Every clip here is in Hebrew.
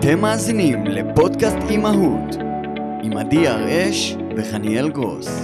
אתם מאזינים לפודקאסט אימהות עם עדי הראש וחניאל גרוס.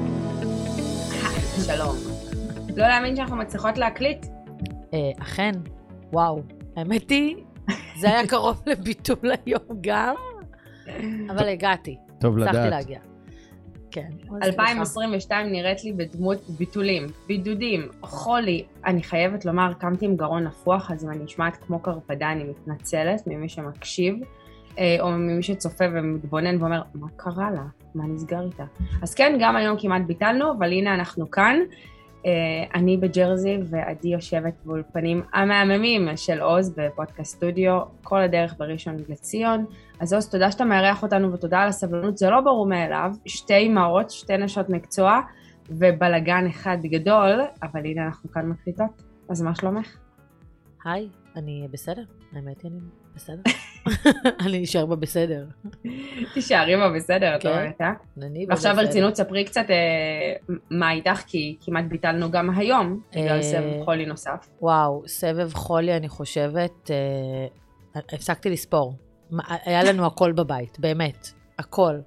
שלום. לא להאמין שאנחנו מצליחות להקליט? אכן, וואו. האמת היא, זה היה קרוב לביטול היום גם, אבל הגעתי. טוב לדעת. הצלחתי להגיע. כן. 2022 נראית לי בדמות ביטולים, בידודים, חולי. אני חייבת לומר, קמתי עם גרון נפוח, אז אם אני נשמעת כמו קרפדה, אני מתנצלת ממי שמקשיב, או ממי שצופה ומתבונן ואומר, מה קרה לה? מה נסגר איתה? אז כן, גם היום כמעט ביטלנו, אבל הנה אנחנו כאן. אני בג'רזי ועדי יושבת באולפנים המהממים של עוז בפודקאסט סטודיו, כל הדרך בראשון לציון. אז עוז, תודה שאתה מארח אותנו ותודה על הסבלנות, זה לא ברור מאליו, שתי אמהות, שתי נשות מקצוע ובלגן אחד גדול, אבל הנה אנחנו כאן מקליטות, אז מה שלומך? היי, אני בסדר, האמת היא אני בסדר. אני נשאר בה בסדר. תישארי בה בסדר, אתה אומרת, אה? ועכשיו ברצינות, ספרי קצת מה איתך, כי כמעט ביטלנו גם היום, בגלל סבב חולי נוסף. וואו, סבב חולי אני חושבת, הפסקתי לספור. היה לנו הכל בבית, באמת, הכל.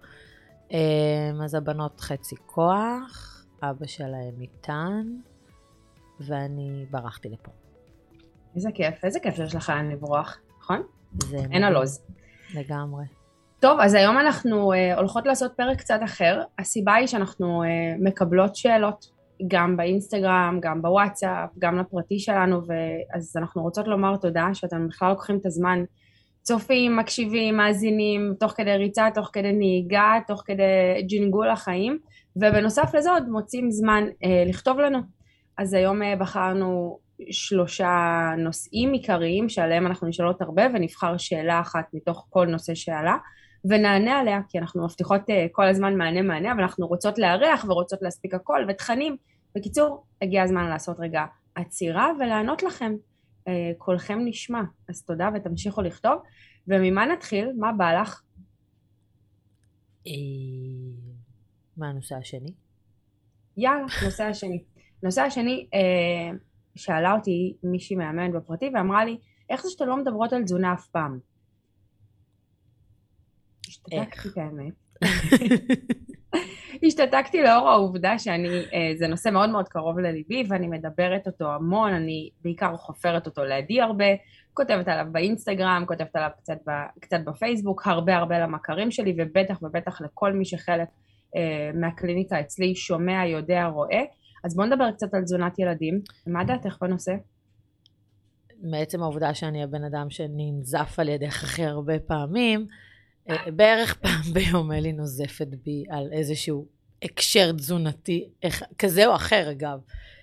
אז הבנות חצי כוח, אבא שלהם איתן, ואני ברחתי לפה. איזה כיף שיש לך לברוח, נכון? אין על עוז. לגמרי. טוב, אז היום אנחנו הולכות לעשות פרק קצת אחר. הסיבה היא שאנחנו מקבלות שאלות, גם באינסטגרם, גם בוואטסאפ, גם לפרטי שלנו, אז אנחנו רוצות לומר תודה שאתם בכלל לוקחים את הזמן, צופים, מקשיבים, מאזינים, תוך כדי ריצה, תוך כדי נהיגה, תוך כדי ג'ינגול החיים, ובנוסף לזה עוד מוצאים זמן לכתוב לנו. אז היום בחרנו 3 נושאים עיקריים שעליהם אנחנו נשאלות הרבה, ונבחר שאלה אחת מתוך כל נושא שעלה, ונענה עליה, כי אנחנו מבטיחות כל הזמן מענה, אבל אנחנו רוצות לארח ורוצות להספיק הכל ותכנים. בקיצור, הגיע הזמן לעשות רגע עצירה ולענות לכם. כולכם נשמע, אז תודה ותמשיכו לכתוב. וממה נתחיל? מה בא לך? מה הנושא השני? יאללה, נושא השני. נושא השני, שאלה אותי מישהי מאמן בפרטי ואמרה לי, איך זה שאתה לא מדברות על תזונה אף פעם? השתתקתי את האמת. השתתקתי לאור העובדה זה נושא מאוד מאוד קרוב לליבי, ואני מדברת אותו המון, אני בעיקר חופרת אותו לידי הרבה, כותבת עליו באינסטגרם, כותבת עליו קצת בפייסבוק, הרבה למכרים שלי, ובטח לכל מי שחלק מהקליניקה אצלי שומע, יודע, רואה. אז בואו נדבר קצת על תזונת ילדים. מה דעתך בנושא? מעצם העובדה שאני הבן אדם שננזף על ידך הכי הרבה פעמים, בערך פעם ביום אלי נוזפת בי על איזשהו הקשר תזונתי, כזה או אחר אגב.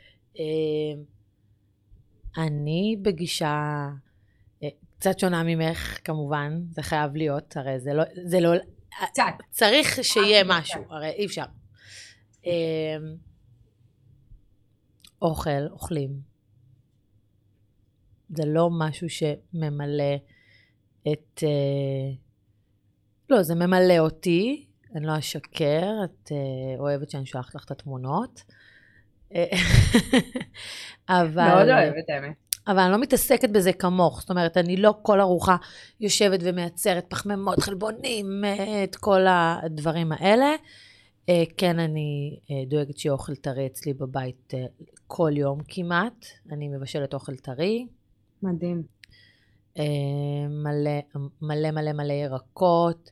אני בגישה קצת שונה ממך כמובן, זה חייב להיות, הרי זה לא צריך שיהיה משהו, הרי אי אפשר. אוכלים. זה לא משהו שממלא את... לא, זה ממלא אותי, אני לא אשקר, את אוהבת שאני שולחת לך את התמונות. מאוד אוהבת, האמת. אבל אני לא מתעסקת בזה כמוך, זאת אומרת, אני לא כל ארוחה יושבת ומייצרת פחמימות, חלבונים, את כל הדברים האלה. כן, אני דואגת שיהיה אוכל טרי אצלי בבית כל יום כמעט. אני מבשלת אוכל טרי. מדהים. מלא ירקות.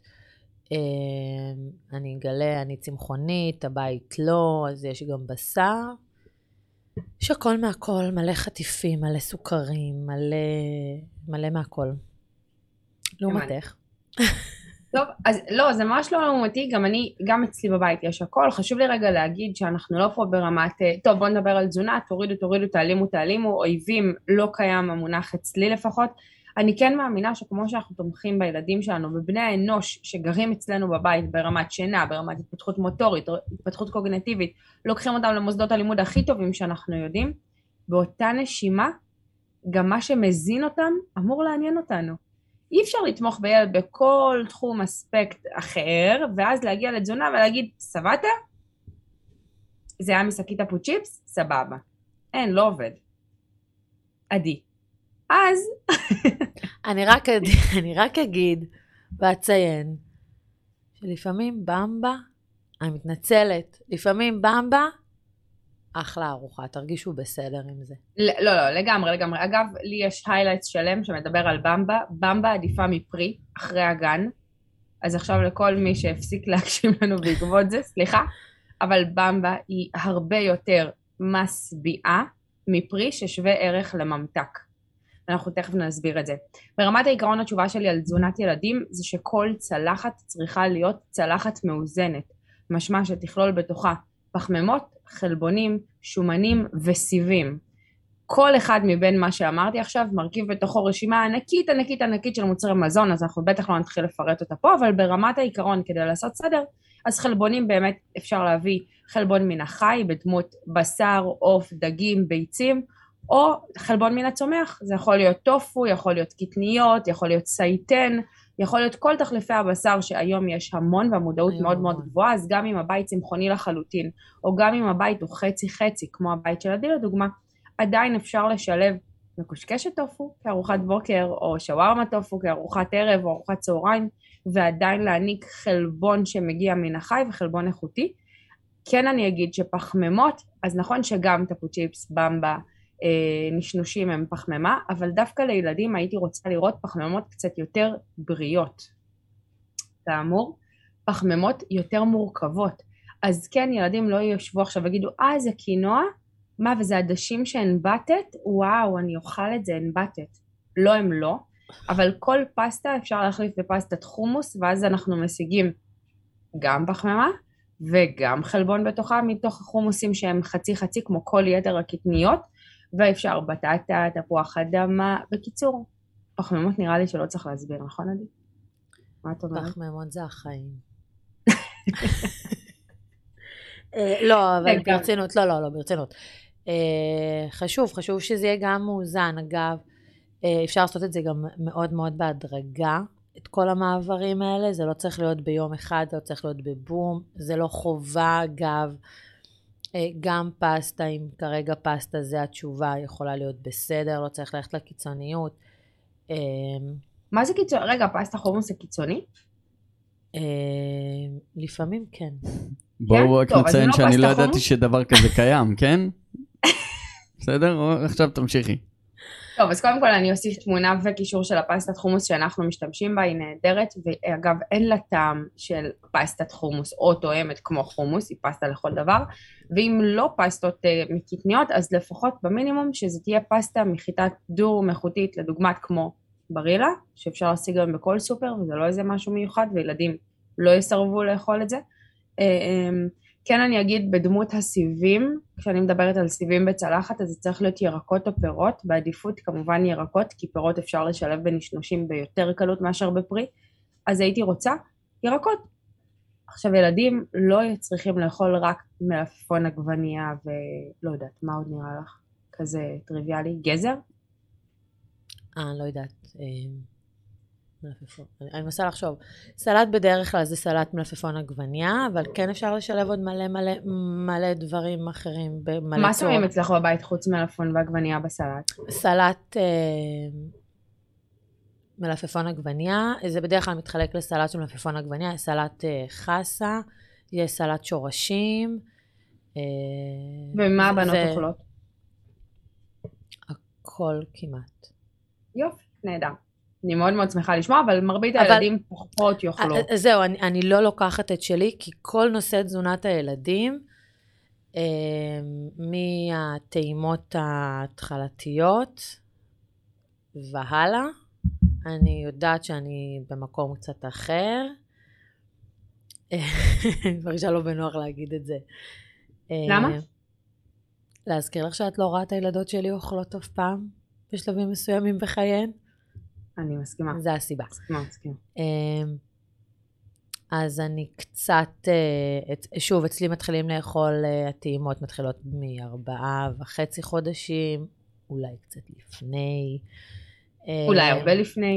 אני אגלה, אני צמחונית, הבית לא, אז יש גם בשר. יש הכל מהכל, מלא חטיפים, מלא סוכרים, מלא מהכל. לעומתך. טוב, אז לא, זה ממש לא לעומתי, גם אצלי בבית יש הכל. חשוב לי רגע להגיד שאנחנו לא פה ברמת, טוב בוא נדבר על תזונה, תורידו, תעלימו, אויבים לא קיים המונח אצלי לפחות. אני כן מאמינה שכמו שאנחנו תומכים בילדים שלנו, בבני האנוש שגרים אצלנו בבית ברמת שינה, ברמת התפתחות מוטורית, התפתחות קוגניטיבית, לוקחים אותם למוסדות הלימוד הכי טובים שאנחנו יודעים, באותה נשימה, גם מה שמזין אותם אמור לעניין אותנו. אי אפשר לתמוך בילד בכל תחום אספקט אחר, ואז להגיע לתזונה ולהגיד, סבאת? זה היה משקית הפוצ'יפס? סבבה. אין, לא עובד. עדי. אז... אני רק אגיד ואציין שלפעמים במבה, אני מתנצלת, לפעמים במבה, אחלה ארוחה, תרגישו בסדר עם זה. לא, לגמרי. אגב, לי יש היילייטס שלם שמדבר על במבה. במבה עדיפה מפרי, אחרי הגן. אז עכשיו לכל מי שהפסיק להקשיב לנו בעקבות זה, סליחה, אבל במבה היא הרבה יותר משביעה מפרי ששווה ערך לממתק. אנחנו תכף נסביר את זה. ברמת העיקרון התשובה שלי על תזונת ילדים זה שכל צלחת צריכה להיות צלחת מאוזנת, משמע שתכלול בתוכה פחמימות, חלבונים, שומנים וסיבים. כל אחד מבין מה שאמרתי עכשיו מרכיב בתוכו רשימה ענקית של מוצרי מזון, אז אנחנו בטח לא נתחיל לפרט אותה פה, אבל ברמת העיקרון כדי לעשות סדר, אז חלבונים באמת אפשר להביא חלבון מן החי בדמות בשר, עוף, דגים, ביצים, או חלבון מן הצומח, זה יכול להיות טופו, יכול להיות קטניות, יכול להיות סייטן, יכול להיות כל תחליפי הבשר שהיום יש המון והמודעות מאוד מאוד גבוהה, אז גם אם הבית צמחוני לחלוטין, או גם אם הבית הוא חצי, כמו הבית של עדי לדוגמה, עדיין אפשר לשלב מקושקשת טופו כארוחת בוקר, או שווארמה טופו כארוחת ערב או ארוחת צהריים, ועדיין להעניק חלבון שמגיע מן החי וחלבון איכותי. כן אני אגיד שפחמימות, אז נכון שגם טפו צ'יפס, במבה, נשנושים הם פחמימה, אבל דווקא לילדים הייתי רוצה לראות פחמימות קצת יותר בריאות. כאמור, פחמימות יותר מורכבות. אז כן, ילדים לא יושבו עכשיו ויגידו, זה קינוע? מה, וזה עדשים שהנבטת? וואו, אני אוכל את זה, הנבטת. לא, הם לא. אבל כל פסטה אפשר להחליף בפסטת חומוס, ואז אנחנו משיגים גם פחמימה, וגם חלבון בתוכה, מתוך החומוסים שהם חצי, כמו כל יתר הקטניות, ואפשר בטטה, תפוח אדמה. בקיצור, פחמימות נראה לי שלא צריך להסביר, נכון עדי? מה את אומרת? פחמימות זה החיים. לא, אבל ברצינות, לא, ברצינות. חשוב שזה יהיה גם מאוזן, אגב, אפשר לעשות את זה גם מאוד מאוד בהדרגה, את כל המעברים האלה, זה לא צריך להיות ביום אחד, זה לא צריך להיות בבום, זה לא חובה, אגב, גם פסטה, אם כרגע פסטה זה התשובה, יכולה להיות בסדר, לא צריך ללכת לקיצוניות. מה זה קיצוני? רגע, פסטה חומוס זה קיצוני? לפעמים כן. בואו רק נציין שאני לא ידעתי שדבר כזה קיים, כן? בסדר? עכשיו תמשיכי. טוב, אז קודם כל אני אוסיף תמונה וקישור של הפסטת חומוס שאנחנו משתמשים בה, היא נהדרת, ואגב אין לה טעם של פסטת חומוס או תואמת כמו חומוס, היא פסטה לכל דבר, ואם לא פסטות מקטניות, אז לפחות במינימום שזה תהיה פסטה מחיטת דור מחותית, לדוגמת כמו ברילה, שאפשר להשיג גם בכל סופר, וזה לא איזה משהו מיוחד, וילדים לא יסרבו לאכול את זה. כן אני אגיד בדמות הסיבים, כשאני מדברת על סיבים בצלחת, אז זה צריך להיות ירקות או פירות, בעדיפות כמובן ירקות, כי פירות אפשר לשלב בנשנושים ביותר קלות מאשר בפרי, אז הייתי רוצה ירקות. עכשיו ילדים לא צריכים לאכול רק מלפפון עגבנייה ולא יודעת, מה עוד נראה לך? כזה טריוויאלי, גזר? לא יודעת, מלפפון. אני מנסה לחשוב. סלט בדרך כלל זה סלט מלפפון עגבנייה, אבל כן אפשר לשלב עוד מלא דברים אחרים. מה שמים אצלך בבית חוץ מלפפון ועגבנייה בסלט? סלט מלפפון עגבנייה, זה בדרך כלל מתחלק לסלט של מלפפון עגבנייה, יש סלט חסה, יש סלט שורשים. ומה הבנות אוכלות? הכל כמעט. יופי, נהדר. אני מאוד מאוד שמחה לשמוע, אבל מרבית הילדים פחות יאכלו. זהו, אני לא לוקחת את שלי, כי כל נושא תזונת הילדים, מהטעימות ההתחלתית והלאה, אני יודעת שאני במקום קצת אחר. אני מרגישה לא בנוח להגיד את זה. למה? להזכיר לך שאת לא רואה את הילדות שלי אוכלות אף פעם, בשלבים מסוימים בחייהן? אני מסכימה. זה הסיבה. מסכימה. אז אני קצת, שוב, אצלי מתחילים לאכול, הטעימות מתחילות מ4.5 חודשים, אולי קצת לפני. אולי הרבה לפני.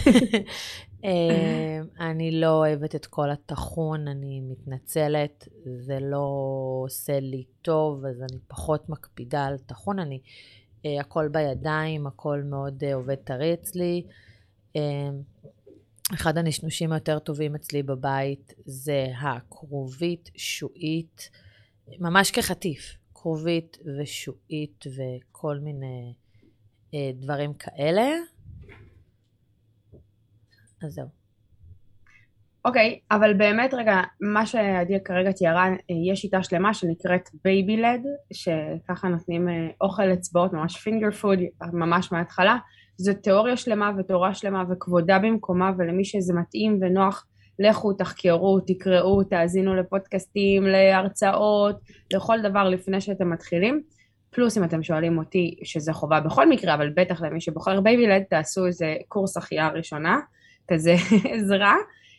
אני לא אוהבת את כל התחון, אני מתנצלת, זה לא עושה לי טוב, אז אני פחות מקפידה על תחון, הכל בידיים, הכל מאוד עובד טרי אצלי. אחד הנשנושים היותר טובים אצלי בבית זה הכרובית, שועית, ממש כחטיף, כרובית ושועית וכל מיני דברים כאלה. אז זהו. אוקיי, אבל באמת רגע, מה שעדי כרגע תיארה, יש שיטה שלמה שנקראת בייבי לד, שככה נותנים אוכל אצבעות, ממש פינגר פוד, ממש מההתחלה. זו תיאוריה שלמה ותיאוריה שלמה וכבודה במקומה, ולמי שזה מתאים ונוח, לכו, תחקרו, תקראו, תאזינו לפודקאסטים, להרצאות, לכל דבר לפני שאתם מתחילים. פלוס אם אתם שואלים אותי שזה חובה בכל מקרה, אבל בטח למי שבוחר בייבי לד, תעשו איזה קורס החייאה ראשונה, כזה עזרה.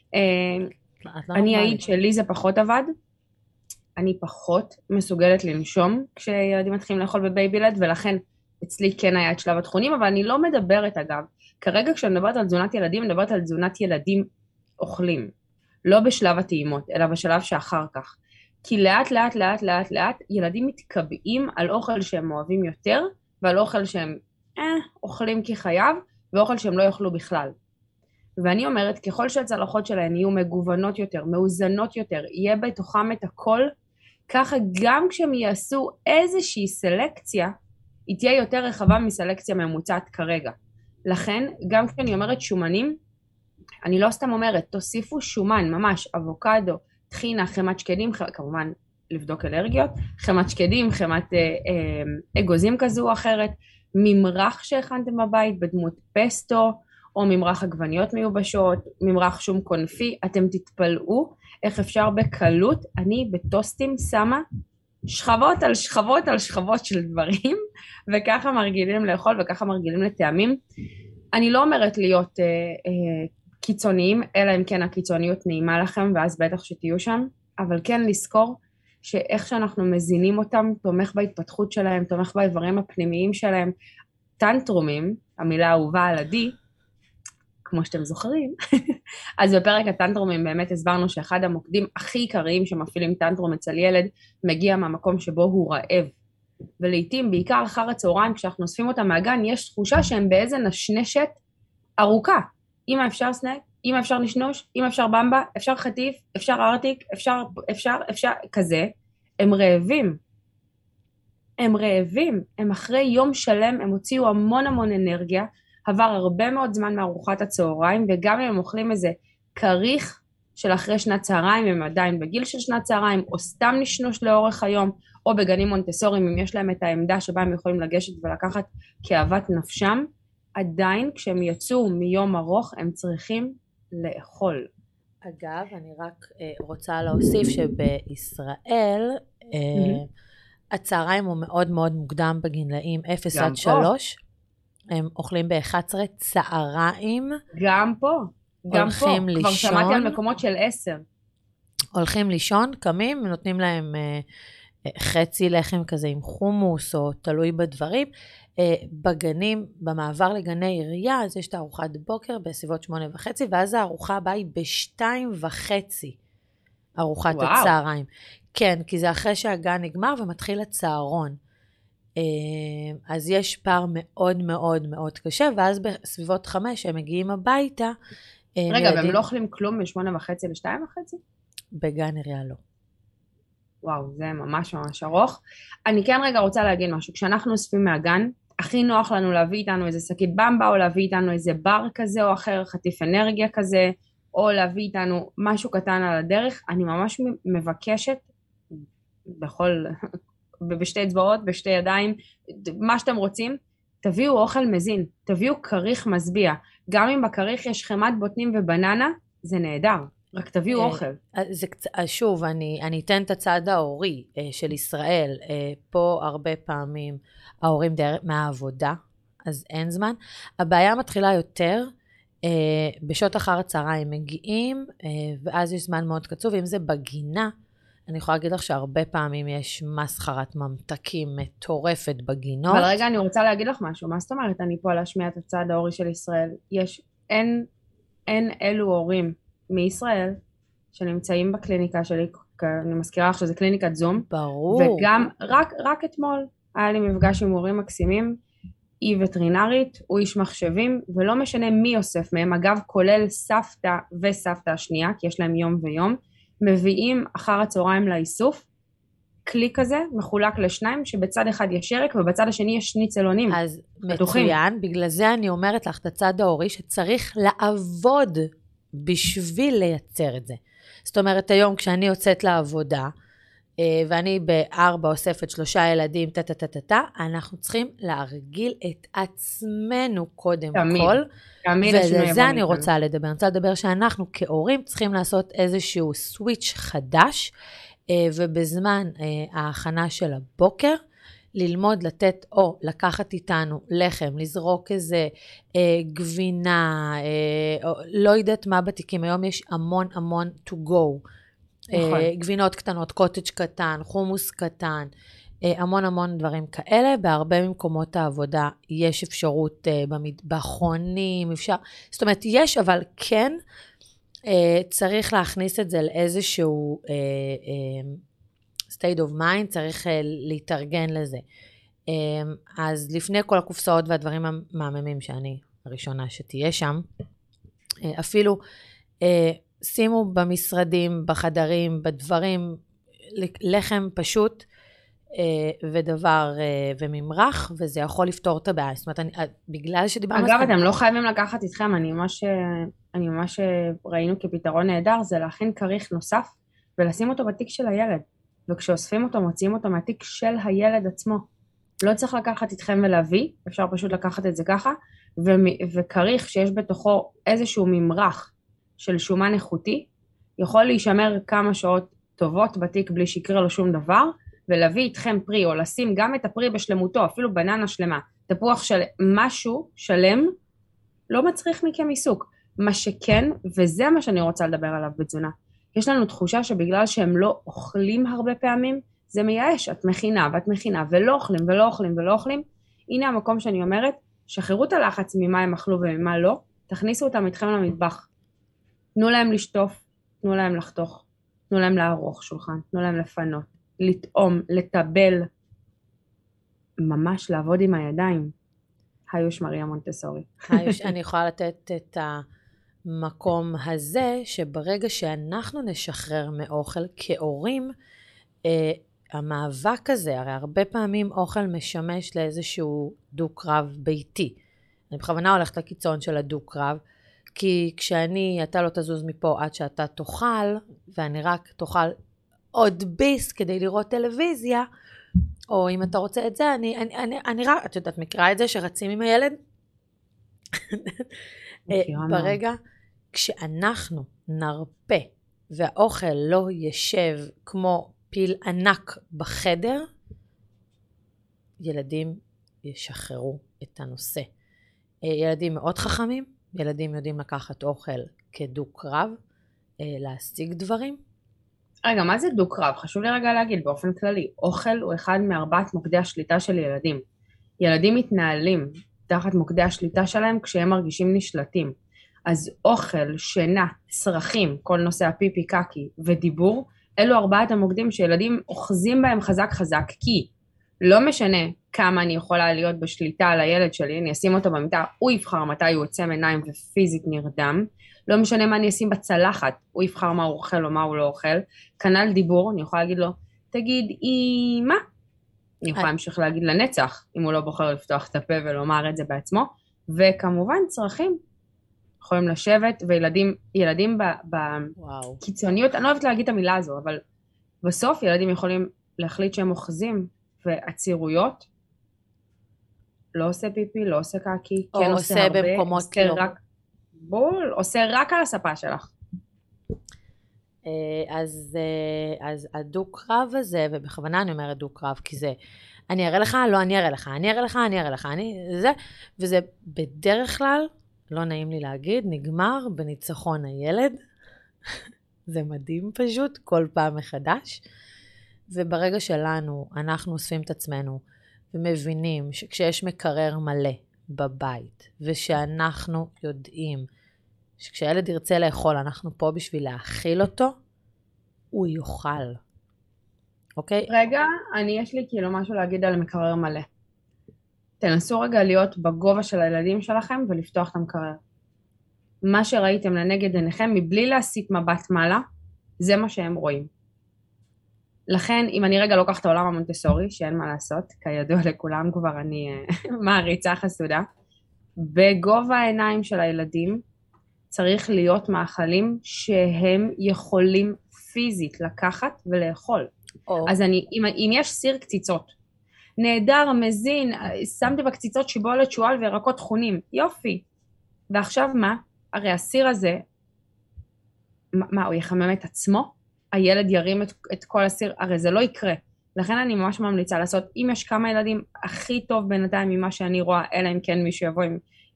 אני אעיד שלי זה פחות עבד, אני פחות מסוגלת לנשום כשילדים מתחילים לאכול בבייבי לד, ולכן אצלי כן היה את שלב התכונים, אבל אני לא מדברת אגב, כרגע כשאני מדברת על תזונת ילדים, אני מדברת על תזונת ילדים אוכלים, לא בשלב הטעימות, אלא בשלב שאחר כך, כי לאט לאט לאט לאט לאט ילדים מתקבעים על אוכל שהם אוהבים יותר, ועל אוכל שהם אוכלים כי חייב, ואוכל שהם לא יאכלו בכלל. ואני אומרת, ככל שהצלחות שלהן יהיו מגוונות יותר, מאוזנות יותר, יהיה בתוכם את הכל, ככה גם כשהם יעשו איזושהי סלקציה, היא תהיה יותר רחבה מסלקציה ממוצעת כרגע. לכן, גם כשאני אומרת שומנים, אני לא סתם אומרת, תוסיפו שומן, ממש, אבוקדו, טחינה, חמת שקדים, כמובן לבדוק אלרגיות, חמת שקדים, חמת אגוזים כזו או אחרת, ממרח שהכנתם בבית בדמות פסטו, או ממרח עגבניות מיובשות, ממרח שום קונפי, אתם תתפלאו איך אפשר בקלות, אני בטוסטים שמה שכבות על שכבות על שכבות של דברים, וככה מרגילים לאכול וככה מרגילים לטעמים. אני לא אומרת להיות קיצוניים, אלא אם כן הקיצוניות נעימה לכם, ואז בטח שתהיו שם, אבל כן לזכור שאיך שאנחנו מזינים אותם, תומך בהתפתחות שלהם, תומך באיברים הפנימיים שלהם, טנטרומים, המילה האהובה על עדי, כמו שאתם זוכרים, אז בפרק הטנטרומים באמת הסברנו שאחד המוקדים הכי עיקריים שמפעילים טנטרום אצל ילד, מגיע מהמקום שבו הוא רעב. ולעיתים, בעיקר אחר הצהריים, כשאנחנו אוספים אותם מהגן, יש תחושה שהם באיזה נשנשת ארוכה. אמא אפשר סנק, אמא אפשר נשנוש, אמא אפשר במבה, אפשר חטיף, אפשר ארטיק, אפשר, כזה. הם רעבים. הם רעבים. הם אחרי יום שלם, הם הוציאו המון המון אנרגיה, עבר הרבה מאוד זמן מארוחת הצהריים, וגם אם הם אוכלים איזה כריך של אחרי שנת צהריים, הם עדיין בגיל של שנת צהריים, או סתם נשנוש לאורך היום, או בגנים מונטסוריים, אם יש להם את העמדה שבה הם יכולים לגשת ולקחת כאהבת נפשם, עדיין כשהם יצאו מיום ארוך, הם צריכים לאכול. אגב, אני רק רוצה להוסיף שבישראל, הצהריים הוא מאוד מאוד מוקדם בגילאים 0 עד 3, הם אוכלים ב-11 צהריים. גם פה. הולכים לישון. כבר שמעתי על מקומות של 10. הולכים לישון, קמים, נותנים להם חצי לחם כזה עם חומוס, או תלוי בדברים. בגנים, במעבר לגני עירייה, אז יש את הארוחת בוקר בסביבות 8:30, ואז הארוחה הבאה היא ב2:30, ארוחת הצהריים. כן, כי זה אחרי שהגן נגמר ומתחיל הצהרון. אז יש פער מאוד מאוד מאוד קשה, ואז בסביבות 5 הם מגיעים הביתה. רגע, והם לא אוכלים כלום מ8:30 ל2:30? בגן עירייה לא. וואו, זה ממש ממש ארוך. אני כן רגע רוצה להגיד משהו, כשאנחנו אוספים מהגן, הכי נוח לנו להביא איתנו איזה שקית במבה, או להביא איתנו איזה בר כזה או אחר, חטיף אנרגיה כזה, או להביא איתנו משהו קטן על הדרך. אני ממש מבקשת, בשתי אצבעות, בשתי ידיים, מה שאתם רוצים, תביאו אוכל מזין, תביאו כריך משביע. גם אם בכריך יש חמת בוטנים ובננה, זה נהדר. רק תביאו אוכל. שוב, אני אתן את הצד ההורי של ישראל. פה הרבה פעמים ההורים מהעבודה, אז אין זמן. הבעיה מתחילה יותר, בשעות אחר הצהריים מגיעים, ואז יש זמן מאוד קצוב, ואם זה בגינה, אני יכולה להגיד לך שהרבה פעמים יש מסחרת ממתקים מטורפת בגינות. אבל רגע, אני רוצה להגיד לך משהו. מה זאת אומרת? אני פה להשמיע את הצד ההורי של ישראל. אין אלו הורים מישראל שנמצאים בקליניקה שלי, אני מזכירה לך שזה קליניקת זום. ברור. וגם, רק אתמול היה לי מפגש עם הורים מקסימים, היא וטרינרית, הוא איש מחשבים, ולא משנה מי אוסף מהם, אגב כולל סבתא וסבתא השנייה, כי יש להם יום ויום, מביאים אחר הצהריים לאיסוף, כלי כזה מחולק לשניים, שבצד אחד יש ירק ובצד השני יש שניצלונים. אז פתוחים. מצוין, בגלל זה אני אומרת לך את הצד ההורי, שצריך לעבוד בשביל לייצר את זה. זאת אומרת, היום כשאני יוצאת לעבודה, ואני ב4 אוספת 3 ילדים, אנחנו צריכים להרגיל את עצמנו קודם כל, ולזה אני רוצה לדבר. אני רוצה לדבר שאנחנו כהורים צריכים לעשות איזשהו סוויץ' חדש, ובזמן ההכנה של הבוקר, ללמוד לתת או לקחת איתנו לחם, לזרוק איזה גבינה, לא יודעת מה בתיקים, היום יש המון המון to go, גבינות קטנות, קוטג' קטן, חומוס קטן, המון המון דברים כאלה. בהרבה ממקומות העבודה יש אפשרות במטבחונים, אפשר, זאת אומרת יש, אבל כן צריך להכניס את זה לאיזשהו state of mind, צריך להתארגן לזה. אז לפני כל הקופסאות והדברים המהממים שאני הראשונה שתהיה שם, אפילו שימו במשרדים, בחדרים, בדברים, לחם פשוט ודבר וממרח, וזה יכול לפתור את הבעיה. זאת אומרת, בגלל שדיברנו... אגב, אתם לא חייבים לקחת איתכם, אני ממש ראינו כפתרון נהדר, זה להכין כריך נוסף, ולשים אותו בתיק של הילד. וכשאוספים אותו, מוציאים אותו מהתיק של הילד עצמו. לא צריך לקחת איתכם ולהביא, אפשר פשוט לקחת את זה ככה, וכריך שיש בתוכו איזשהו ממרח של שומן איכותי, יכול להישמר כמה שעות טובות בתיק בלי שיקרה לו שום דבר, ולהביא איתכם פרי, או לשים גם את הפרי בשלמותו, אפילו בננה שלמה, תפוח של משהו שלם, לא מצריך מכם עיסוק. מה שכן, וזה מה שאני רוצה לדבר עליו בתזונה, יש לנו תחושה שבגלל שהם לא אוכלים הרבה פעמים, זה מייאש, את מכינה ואת מכינה, ולא אוכלים ולא אוכלים ולא אוכלים. הנה המקום שאני אומרת, שחררו את הלחץ ממה הם אכלו וממה לא, תכניסו אותם איתכם למטבח. תנו להם לשטוף, תנו להם לחתוך, תנו להם לערוך שולחן, תנו להם לפנות, לטעום, לטבל, ממש לעבוד עם הידיים. היוש מריה מונטסורי. אני יכולה לתת את המקום הזה, שברגע שאנחנו נשחרר מאוכל כהורים, המאבק הזה, הרי הרבה פעמים אוכל משמש לאיזשהו דו-קרב ביתי. אני בכוונה הולכת לקיצון של הדו-קרב, כי אתה לא תזוז מפה עד שאתה תאכל, ואני רק תאכל עוד ביס כדי לראות טלוויזיה, או אם אתה רוצה את זה, אני רק, את יודעת, מכירה את זה שרצים עם הילד? ברגע, כשאנחנו נרפה, והאוכל לא ישב כמו פיל ענק בחדר, ילדים ישחררו את הנושא. ילדים מאוד חכמים, ילדים יודעים לקחת אוכל כדו-קרב, להשיג דברים. רגע, מה זה דו-קרב? חשוב לי רגע להגיד באופן כללי, אוכל הוא אחד מארבעת מוקדי השליטה של ילדים. ילדים מתנהלים תחת מוקדי השליטה שלהם כשהם מרגישים נשלטים. אז אוכל, שינה, צרכים, כל נושא הפיפי, קקי ודיבור, אלו ארבעת המוקדים שילדים אוחזים בהם חזק חזק, כי לא משנה כמה אני יכולה להיות בשליטה על הילד שלי, אני אשים אותו במיטה, הוא יבחר מתי הוא יוצא מעיניים ופיזית נרדם, לא משנה מה אני אשים בצלחת, הוא יבחר מה הוא אוכל או מה הוא לא אוכל, כנ"ל דיבור, אני יכולה להגיד לו, תגיד אמא, אני יכולה להמשיך להגיד לנצח, אם הוא לא בוחר לפתוח את הפה ולומר את זה בעצמו, וכמובן צרכים, יכולים לשבת, וילדים בקיצוניות, אני לא אוהבת להגיד את המילה הזו, אבל בסוף ילדים יכולים להחליט שהם אוחזים, ועצירויות, לא עושה פיפי, לא עושה קקי, כן עושה הרבה, במקומות לא. בול, עושה רק על הספה שלך. אז הדו-קרב הזה, ובכוונה אני אומרת דו-קרב, כי זה, אני אראה לך, לא אני אראה לך, אני אראה לך, אני אראה לך, וזה בדרך כלל, לא נעים לי להגיד, נגמר בניצחון הילד, זה מדהים פשוט, כל פעם מחדש, וברגע שלנו, אנחנו אוספים את עצמנו, ומבינים שכשיש מקרר מלא בבית, ושאנחנו יודעים שכשילד ירצה לאכול, אנחנו פה בשביל להאכיל אותו, הוא יאכל. אוקיי? רגע, יש לי כאילו משהו להגיד על מקרר מלא. תנסו רגע להיות בגובה של הילדים שלכם ולפתוח את המקרר. מה שראיתם לנגד עיניכם, מבלי להסיט מבט מעלה, זה מה שהם רואים. לכן, אם אני רגע לוקח את העולם המונטסורי, שאין מה לעשות, כידוע לכולם כבר אני מעריצה חסודה, בגובה העיניים של הילדים צריך להיות מאכלים שהם יכולים פיזית לקחת ולאכול. אז אם יש סיר קציצות, נהדר, מזין, שמתי בקציצות שיבולת, שואל וירקות טחונים, יופי. ועכשיו מה? הרי הסיר הזה, מה, הוא יחמם את עצמו? הילד ירים את כל הסיר? הרי זה לא יקרה. לכן אני ממש ממליצה לעשות, אם יש כמה ילדים, הכי טוב בינתיים ממה שאני רואה, אלא אם כן מישהו יבוא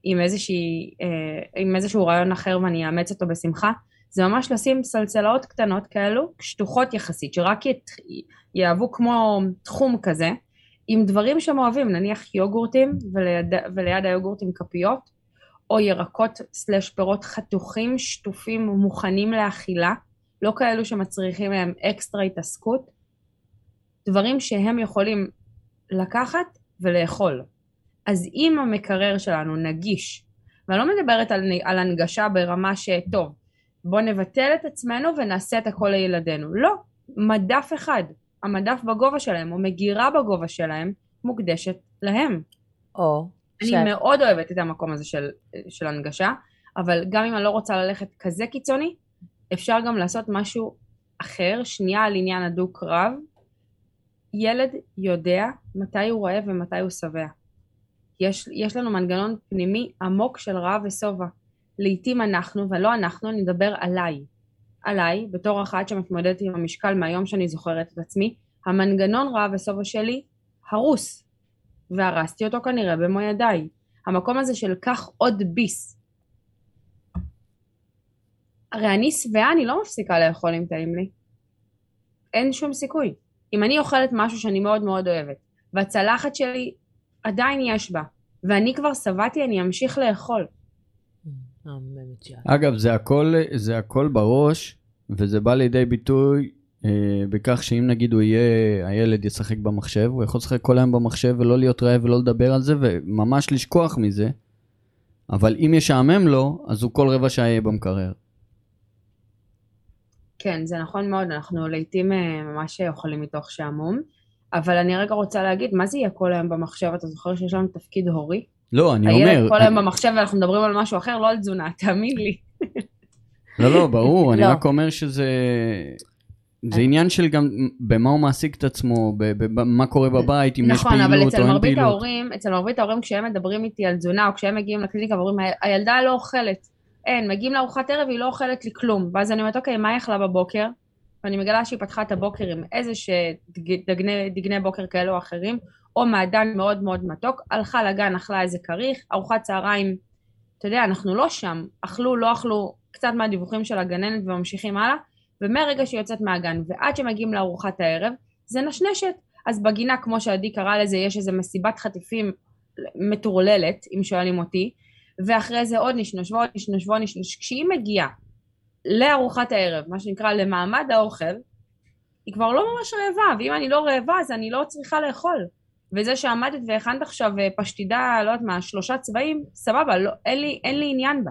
עם איזשהו רעיון אחר ואני אאמץ אותו בשמחה, זה ממש לשים סלסלאות קטנות כאלו, שטוחות יחסית, שרק יאהבו כמו תחום כזה, עם דברים שהם אוהבים, נניח יוגורטים, וליד היוגורטים כפיות, או ירקות סלש פירות חתוכים, שטופים ומוכנים לאכילה, לא כאלו שמצריכים להם אקסטרה התעסקות, דברים שהם יכולים לקחת ולאכול. אז אם המקרר שלנו נגיש, ואני לא מדברת על הנגשה ברמה שטוב, בוא נבטל את עצמנו ונעשה את הכל לילדינו. לא, מדף אחד, המדף בגובה שלהם, או מגירה בגובה שלהם, מוקדשת להם. אני מאוד אוהבת את המקום הזה של הנגשה, אבל גם אם אני לא רוצה ללכת כזה קיצוני, אפשר גם לעשות משהו אחר, שנייה על עניין הדוק רב. ילד יודע מתי הוא רעב ומתי הוא שבע. יש לנו מנגנון פנימי עמוק של רעב ושובע. לעתים אנחנו, ולא אנחנו, אני מדבר עליי, בתור אחת שמתמודדת עם המשקל מהיום שאני זוכרת את עצמי, המנגנון רעב ושובע שלי הרוס, והרסתי אותו כנראה במו ידיי. המקום הזה של כך עוד ביס. הרי אני שבעה, אני לא מפסיקה לאכול אם טעים לי. אין שום סיכוי. אם אני אוכלת משהו שאני מאוד מאוד אוהבת, והצלחת שלי עדיין יש בה, ואני כבר שבעתי, אני אמשיך לאכול. אגב, זה הכל בראש, וזה בא לידי ביטוי בכך שאם נגיד הילד ישחק במחשב, הוא יכול לשחק כל היום במחשב ולא להיות רעב ולא לדבר על זה, וממש לשכוח מזה, אבל אם ישעמם לו, אז הוא כל רבע שעה יהיה במקרר. כן, זה נכון מאוד, אנחנו לעתים ממש אוכלים מתוך שעמום, אבל אני רגע רוצה להגיד, מה זה יהיה כל היום במחשב? אתה זוכר שיש לנו תפקיד הורי? לא, אני אומר... הילד כל היום במחשב ואנחנו מדברים על משהו אחר, לא על תזונה, תאמין לי. לא, ברור, אני רק אומר שזה... זה עניין של גם במה הוא מעסיק את עצמו, במה קורה בבית, אם יש פעילות או אין פעילות. נכון, אבל אצל מרבית ההורים, כשהם מדברים איתי על תזונה, או כשהם מגיעים לקליניקה ואומרים, הילדה לא אוכלת. אין, מגיעים לארוחת ערב, היא לא אוכלת לי כלום. ואז אני אומרת, אוקיי, מה היא אכלה בבוקר? ואני מגלה שהיא פתחה את הבוקר עם איזה דגני בוקר כאלו או אחרים, או מעדן מאוד מאוד מתוק, הלכה לגן, אכלה איזה כריך, ארוחת צהריים, אתה יודע, אנחנו לא שם, אכלו, לא אכלו, קצת מהדיווחים של הגננת וממשיכים הלאה, ומרגע שהיא יוצאת מהגן, ועד שמגיעים לארוחת הערב, זה נשנשת. אז בגינה, כמו שעדי קרא לזה, יש איזה מסיבת חטיפים מטורללת, אם שואלים אותי, ואחרי זה עוד נשנש ועוד נשנש ועוד נשנש. כשהיא מגיעה לארוחת הערב, מה שנקרא למעמד האוכל, היא כבר לא ממש רעבה, ואם אני לא רעבה, אז אני לא צריכה לאכול. וזה שעמדת והכנת עכשיו פשטידה, לא יודעת מה, 3 צבעים, סבבה, לא, אין לי עניין בה.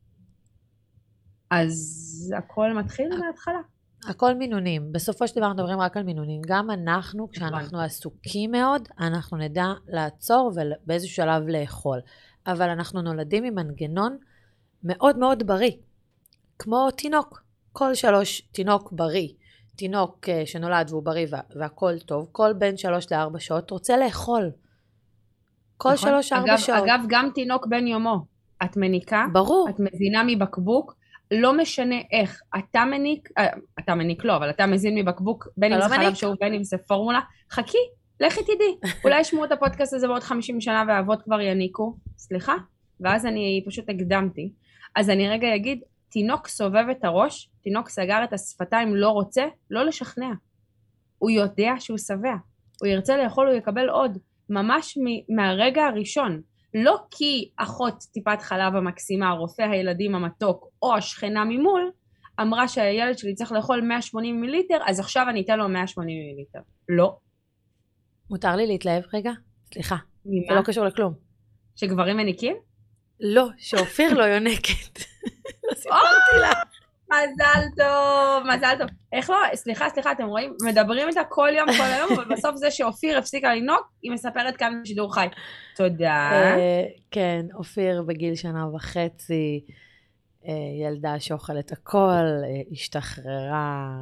אז הכל מתחיל מההתחלה. הכל מינונים. בסופו של דבר מדברים רק על מינונים. גם אנחנו, כשאנחנו עסוקים מאוד, אנחנו נדע לעצור ובאיזשהו שלב לאכול. אבל אנחנו נולדים עם מנגנון מאוד מאוד בריא. כמו תינוק. כל 3 תינוק בריא. תינוק שנולד והוא בריא והכל טוב. כל בין 3-4 שעות רוצה לאכול. כל 3-4 שעות. אגב, גם תינוק בן יומו. את מניקה. ברור. את מזינה מבקבוק. לא משנה איך, אתה מניק לא, אבל אתה מזין מבקבוק, בין אם זה חלב שהוא, בין אם זה פורמולה, חכי, לכי תדעי, אולי ישמעו את הפודקאסט הזה בעוד 50 שנה והאבות כבר יניקו, סליחה, ואז אני פשוט הקדמתי, אז אני רגע אגיד, תינוק סובב את הראש, תינוק סגר את השפתיים, לא רוצה, לא לשכנע, הוא יודע שהוא שבע, הוא ירצה לאכול, הוא יקבל עוד, ממש מהרגע הראשון, לא כי אחות טיפת חלב המקסימה, רופא הילדים המתוק, או השכנה ממול, אמרה שהילד שלי צריך לאכול 180 מיליליטר, אז עכשיו אני אתן לו 180 מיליליטר. לא. מותר לי להתלהב רגע? סליחה. זה לא קשור לכלום. שגברים מניקים? לא, שאופיר לא יונקת. לא סיפרתי לה. מזל טוב, מזל טוב. איך לא? סליחה, אתם רואים? מדברים איתה כל יום, כל היום, אבל בסוף זה שאופיר הפסיקה לנוק, היא מספרת כאן בשידור חי. תודה. כן, אופיר בגיל 1.5 ילדה שאוכלת הכל, השתחררה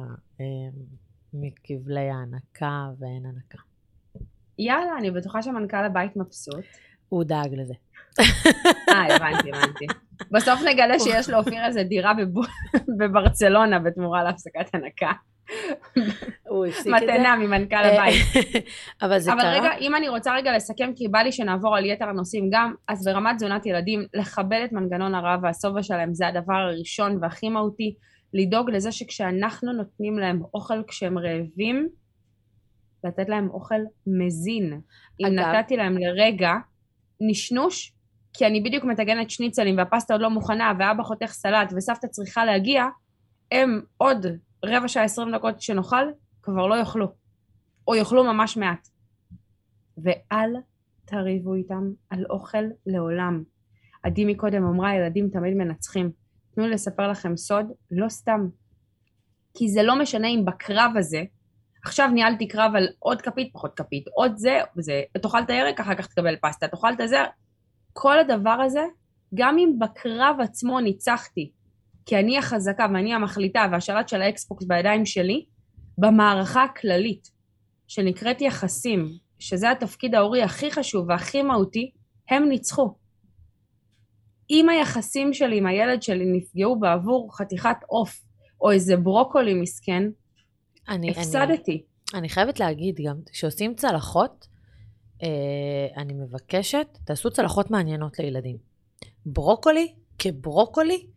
מכבלי ההנקה ואין הנקה. יאללה, אני בטוחה שמנכ"ל הבית מבסוט. הוא דאג לזה. הבנתי. בסוף נגלה שיש לאופיר איזה דירה בברצלונה בתמורה להפסקת הנקה. הוא הפסיק את זה. מתנה ממנכ"ל הבית. אבל זה קרה. אבל רגע, אם אני רוצה רגע לסכם, כי בא לי שנעבור על יתר הנושאים גם, אז ברמת תזונת ילדים, לכבד את מנגנון הרעב והשובע שלהם, זה הדבר הראשון והכי מהותי, לדאוג לזה שכשאנחנו נותנים להם אוכל כשהם רעבים, לתת להם אוכל מזין. אם נתתי להם לרגע נשנוש, כי אני בדיוק מתגנת שניצלים, והפסטה עוד לא מוכנה, ואבא חותך סלט, וסבתא צריכה להגיע, הם עוד 15-20 דקות שנאכל, כבר לא יאכלו. או יאכלו ממש מעט. ואל תריבו איתם על אוכל לעולם. עדי מקודם אמרה, ילדים תמיד מנצחים. תנו לי לספר לכם סוד, לא סתם. כי זה לא משנה אם בקרב הזה, עכשיו ניהלתי קרב על עוד כפית, פחות כפית, עוד זה, וזה, תאכל את הירק, אחר כך תקבל פסטה, תאכל את זה, כל הדבר הזה, גם אם בקרב עצמו ניצחתי, כי אני החזקה ואני המחליטה, והשלט של האקסבוקס בידיים שלי, במערכה הכללית, שנקראת יחסים, שזה התפקיד ההורי הכי חשוב והכי מהותי, הם ניצחו. אם היחסים שלי עם הילד שלי נפגעו בעבור חתיכת עוף, או איזה ברוקולי מסכן, הפסדתי. אני חייבת להגיד גם, כשעושים צלחות, אני מבקשת, תעשו צלחות מעניינות לילדים. ברוקולי, כברוקולי,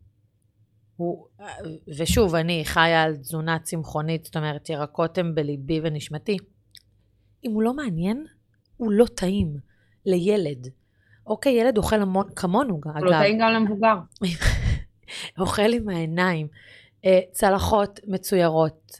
ושוב, אני חיה על תזונה צמחונית, זאת אומרת, ירקות הם בליבי ונשמתי. אם הוא לא מעניין, הוא לא טעים לילד. אוקיי, ילד אוכל המון כמונו, אגב. הוא לא טעים גם למבוגר. אוכל עם העיניים. צלחות מצוירות,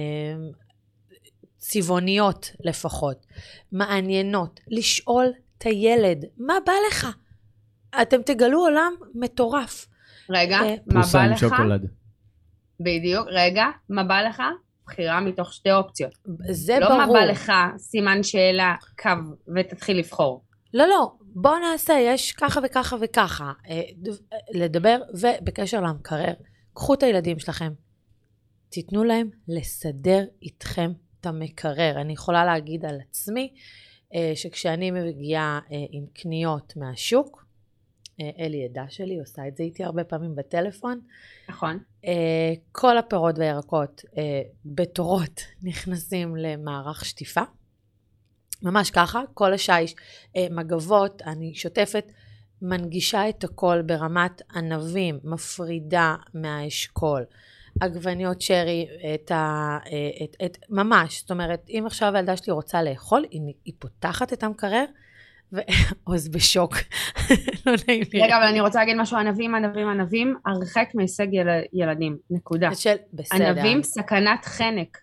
צבעוניות לפחות, מעניינות, לשאול את הילד, מה בא לך? אתם תגלו עולם מטורף. רגע, מה בא לך? בדיוק, רגע, מה בא לך? בחירה מתוך 2 אופציות. זה לא ברור. מה בא לך, סימן שאלה, קו, ותתחיל לבחור. לא, בוא נעשה, יש ככה וככה וככה, לדבר, ובקשר למקרר, קחו את הילדים שלכם, תיתנו להם לסדר איתכם את המקרר. אני יכולה להגיד על עצמי, שכשאני מגיעה עם קניות מהשוק, אלי ידע שלי, עושה את זה איתי הרבה פעמים בטלפון. נכון. כל הפירות והירקות בתורות נכנסים למערך שטיפה. ממש ככה, כל השיש, מגבות, אני שוטפת, מנגישה את הכל ברמת ענבים, מפרידה מהאשכול, עגבניות שרי, ממש, זאת אומרת, אם עכשיו הילדה שלי רוצה לאכול, היא פותחת את המקרר, ועוז בשוק, לא נעים לי. רגע, אבל אני רוצה להגיד משהו, ענבים, הרחק מהישג ילדים, נקודה. בסדר. ענבים, סכנת חנק.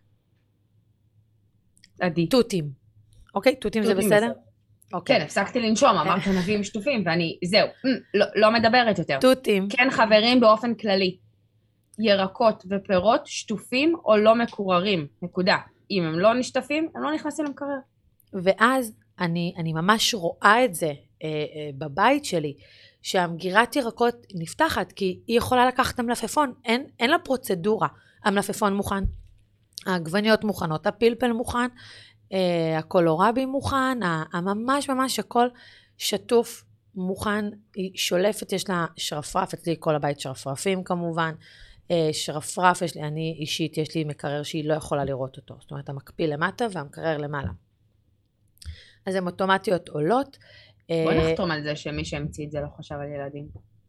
עדי. תותים. אוקיי, תותים זה בסדר? כן, הפסקתי לנשום, אמרת ענבים שטופים, ואני, זהו, לא מדברת יותר. תותים. כן, חברים, באופן כללי. ירקות ופירות שטופים או לא מקוררים, נקודה. אם הם לא נשטפים, הם לא נכנסים למקרר. ואז אני ממש רואה את זה בבית שלי, שהמגירת ירקות נפתחת, כי היא יכולה לקחת המלפפון, אין לה פרוצדורה. המלפפון מוכן, העגבניות מוכנות, הפלפל מוכן, הקולורבי מוכן, ממש הכל שטוף מוכן, היא שולפת, יש לה שרפרף, אצלי כל הבית שרפרפים כמובן, שרפרף, אני אישית, יש לי מקרר שהיא לא יכולה לראות אותו, זאת אומרת, המקפיא למטה והמקרר למעלה. אז הן אוטומטיות עולות. בוא נחתום על זה שמי שהמציא את זה לא חשב על ילדים.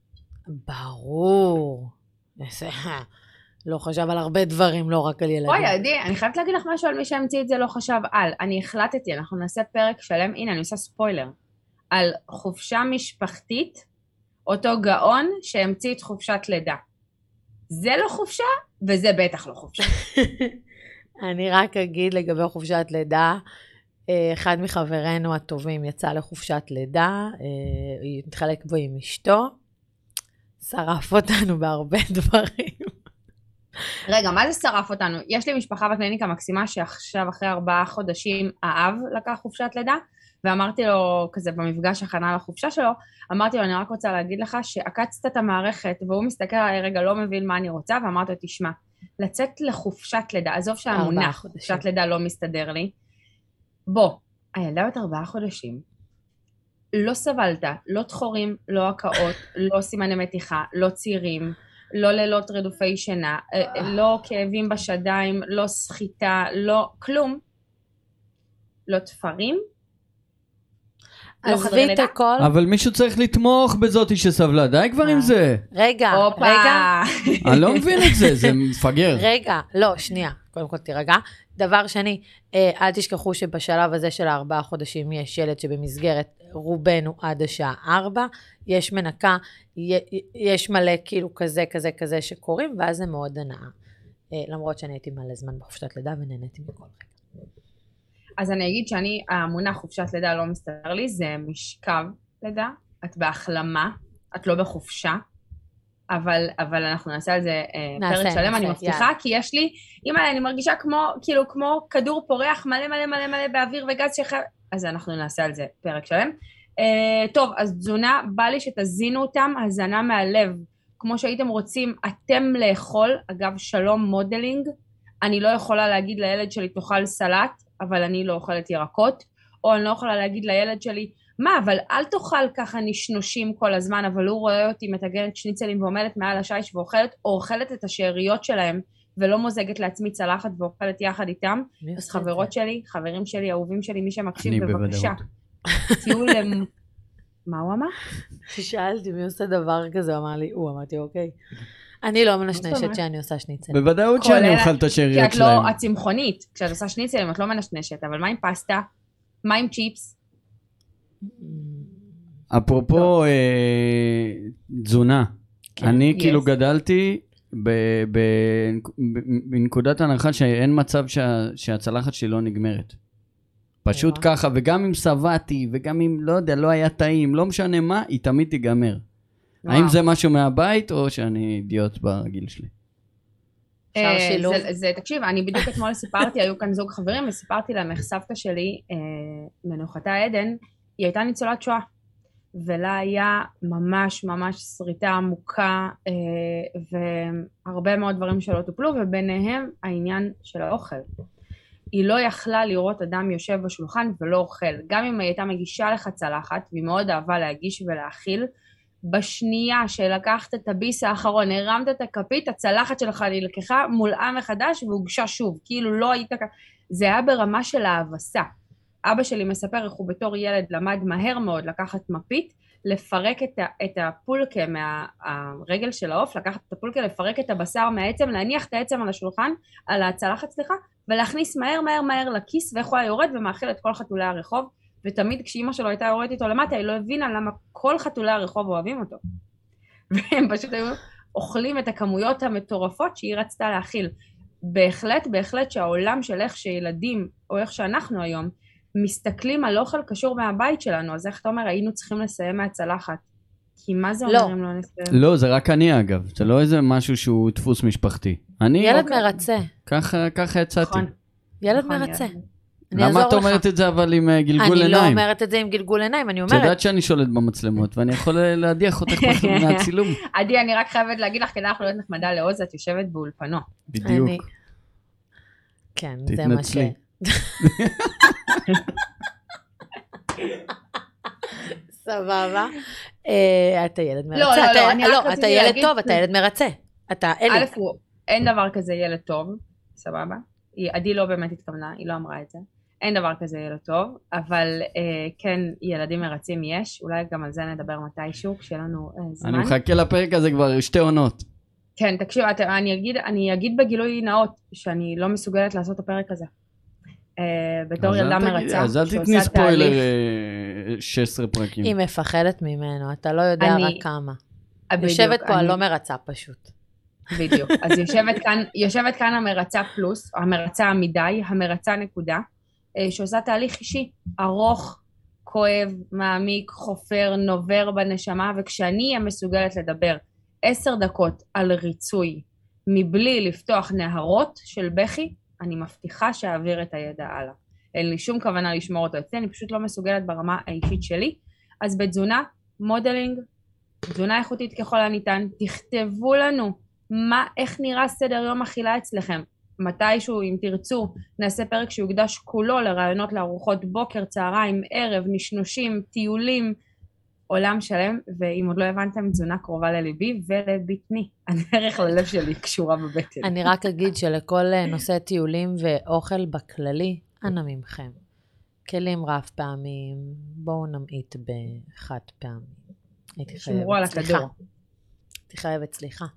ברור. לא חשב על הרבה דברים, לא רק על ילדים. אוי, עדי, אני חייבת להגיד לך משהו על מי שהמציא את זה לא חשב על. אני החלטתי, אנחנו נעשה פרק שלם, הנה, אני עושה ספוילר, על חופשה משפחתית, אותו גאון שהמציא את חופשת לידה. זה לא חופשה, וזה בטח לא חופשה. אני רק אגיד לגבי חופשת לידה, אחד מחברינו הטובים יצא לחופשת לידה, היא מתחלק בו עם אשתו, שרף אותנו בהרבה דברים. רגע, מה זה שרף אותנו? יש לי משפחה בקליניקה מקסימה שעכשיו אחרי 4 חודשים האב לקח חופשת לידה, ואמרתי לו כזה במפגש הכנה לחופשה שלו, אמרתי לו אני רק רוצה להגיד לך שעקצת את המערכת, והוא מסתכל עליי רגע לא מבין מה אני רוצה, ואמרתי לו תשמע, לצאת לחופשת לידה, עזוב שהמונח חופשת לידה לא מסתדר לי, בוא, הילדה בת 4 חודשים, לא סבלת, לא תחורים, לא הקאות, לא סימני מתיחה, לא צירים, לא לילות רדופי שינה, לא כאבים בשדיים, לא סחיטה, לא כלום, לא תפרים, עזבי את הכל. אבל מישהו צריך לתמוך בזאתי שסבלה, די כבר עם זה. רגע. אני לא מבין את זה, זה מפגר. רגע, לא, שנייה, קודם כל תירגע. דבר שני, אל תשכחו שבשלב הזה של 4 חודשים יש ילד שבמסגרת רובנו עד השעה 4, יש מנקה, יש מלא כאילו כזה שקורים, ואז זה מאוד הנאה. למרות שאני הייתי מלא זמן בחופשת לידה ונהניתי מכל רגע. אז אני אגיד שאני, המונח חופשת לידה לא מסתדר לי, זה משכב לידה, את בהחלמה, את לא בחופשה, אבל אנחנו נעשה על זה פרק שלם, אני מבטיחה, כי יש לי, אמא, אני מרגישה כמו כדור פורח מלא מלא מלא מלא באוויר וגז שחייב, אז אנחנו נעשה על זה פרק שלם. טוב, אז תזונה, בא לי שתזינו אותם, הזנה מהלב, כמו שהייתם רוצים, אתם לאכול, אגב, שלום מודלינג, אני לא יכולה להגיד לילד שלי תאכל סלט, אבל אני לא אוכלת ירקות, או אני לא יכולה להגיד לילד שלי, מה, אבל אל תאכל ככה נשנושים כל הזמן, אבל הוא רואה אותי מטגנת שניצלים ועומדת מעל השיש ואוכלת, או אוכלת את השאריות שלהם, ולא מוזגת לעצמי צלחת ואוכלת יחד איתם. אז חברות שלי, חברים שלי, אהובים שלי, מי שמקשיב, בבקשה. תהיו מה הוא אמר? שאלתי מי עושה דבר כזה, אמר לי, אמרתי אוקיי. אני לא מנשנשת שאני עושה שניצל. בוודאות שאני אוכל את השאריות שלהם. כי את לא הצמחונית, כשאת עושה שניצלים, את לא מנשנשת, אבל מה עם פסטה? מה עם צ'יפס? אפרופו תזונה, אני כאילו גדלתי בנקודת הנחה שאין מצב שהצלחת שלי לא נגמרת. פשוט ככה, וגם אם סבעתי, וגם אם, לא יודע, לא היה טעים, לא משנה מה, היא תמיד תיגמר. האם זה משהו מהבית, או שאני אידיוט בגיל שלי? תקשיב, אני בדיוק אתמול סיפרתי, היו כאן זוג חברים, וסיפרתי להם איך סבתא שלי, מנוחתה עדן, היא הייתה ניצולת שואה, ולה היה ממש ממש שריטה עמוקה, והרבה מאוד דברים שלא טופלו, וביניהם העניין של האוכל. היא לא יכלה לראות אדם יושב בשולחן ולא אוכל, גם אם היא הייתה מגישה לך צלחת, והיא מאוד אהבה להגיש ולהאכיל, בשנייה שלקחת את הביס האחרון, הרמת את הכפית, הצלחת שלך נלקחה, מולאה מחדש והוגשה שוב, כאילו לא היית, זה היה ברמה של ההבסה. אבא שלי מספר איך הוא בתור ילד למד מהר מאוד לקחת מפית, לפרק את הפולקה מהרגל של העוף, לקחת את הפולקה, לפרק את הבשר מהעצם, להניח את העצם על השולחן, על הצלחת סליחה, ולהכניס מהר מהר מהר לכיס, ואיך הוא היה יורד ומאכיל את כל חתולי הרחוב, ותמיד כשאמא שלו הייתה יורדת איתו למטה, היא לא הבינה למה כל חתולי הרחוב אוהבים אותו. והם פשוט היו אוכלים את הכמויות המטורפות שהיא רצתה להכיל. בהחלט שהעולם של איך שילדים, או איך שאנחנו היום, מסתכלים על אוכל קשור מהבית שלנו, אז איך אתה אומר, היינו צריכים לסיים מהצלחת? כי מה זה אומר אם לא נסיים? לא, זה רק אני אגב, זה לא איזה משהו שהוא דפוס משפחתי. ילד מרצה. ככה יצאתי. ילד מרצה. למה את אומרת את זה אבל עם גלגול עיניים? אני לא אומרת את זה עם גלגול עיניים, אני אומרת... את יודעת שאני שולט במצלמות, ואני יכול להדיח אותך מהצילום. עדי, אני רק חייבת להגיד לך, כדי אנחנו להיות נחמדה לעוז, את יושבת באולפנו. בדיוק. כן, זה מה ש... סבבה. אתה ילד מרצה. לא, אתה ילד טוב, אתה ילד מרצה. א', אין דבר כזה ילד טוב, סבבה. עדי לא באמת התכוונה, היא לא אמרה את זה. אין דבר כזה ילד טוב, אבל כן, ילדים מרצים יש, אולי גם על זה נדבר מתישהו, כשיהיה לנו זמן. אני מחכה לפרק הזה כבר 2 עונות. כן, תקשיב, אני אגיד בגילוי נאות, שאני לא מסוגלת לעשות את הפרק הזה. בתור ילדה מרצה. אז אל תתני ספוילר 16 פרקים. היא מפחדת ממנו, אתה לא יודע רק כמה. יושבת פה הלא מרצה פשוט. בדיוק, אז יושבת כאן המרצה פלוס, המרצה מדי, המרצה נקודה, שעושה תהליך אישי, ארוך, כואב, מעמיק, חופר, נובר בנשמה, וכשאני אהיה מסוגלת לדבר 10 דקות על ריצוי, מבלי לפתוח נהרות של בכי, אני מבטיחה שאעביר את הידע הלאה. אין לי שום כוונה לשמור אותו אצלי, אני פשוט לא מסוגלת ברמה האישית שלי. אז בתזונה, מודלינג, תזונה איכותית ככל הניתן, תכתבו לנו איך נראה סדר יום אכילה אצלכם. מתישהו, אם תרצו, נעשה פרק שיוקדש כולו לרעיונות לארוחות בוקר, צהריים, ערב, נשנושים, טיולים, עולם שלם, ואם עוד לא הבנתם, תזונה קרובה לליבי ולבטני. הדרך ללב שלי קשורה בבטן. אני רק אגיד שלכל נושא טיולים ואוכל בכללי, אנא ממכם. כלים רב פעמים, בואו נמעיט בחד פעמים. שמרו על הכדור. הייתי חייבת סליחה.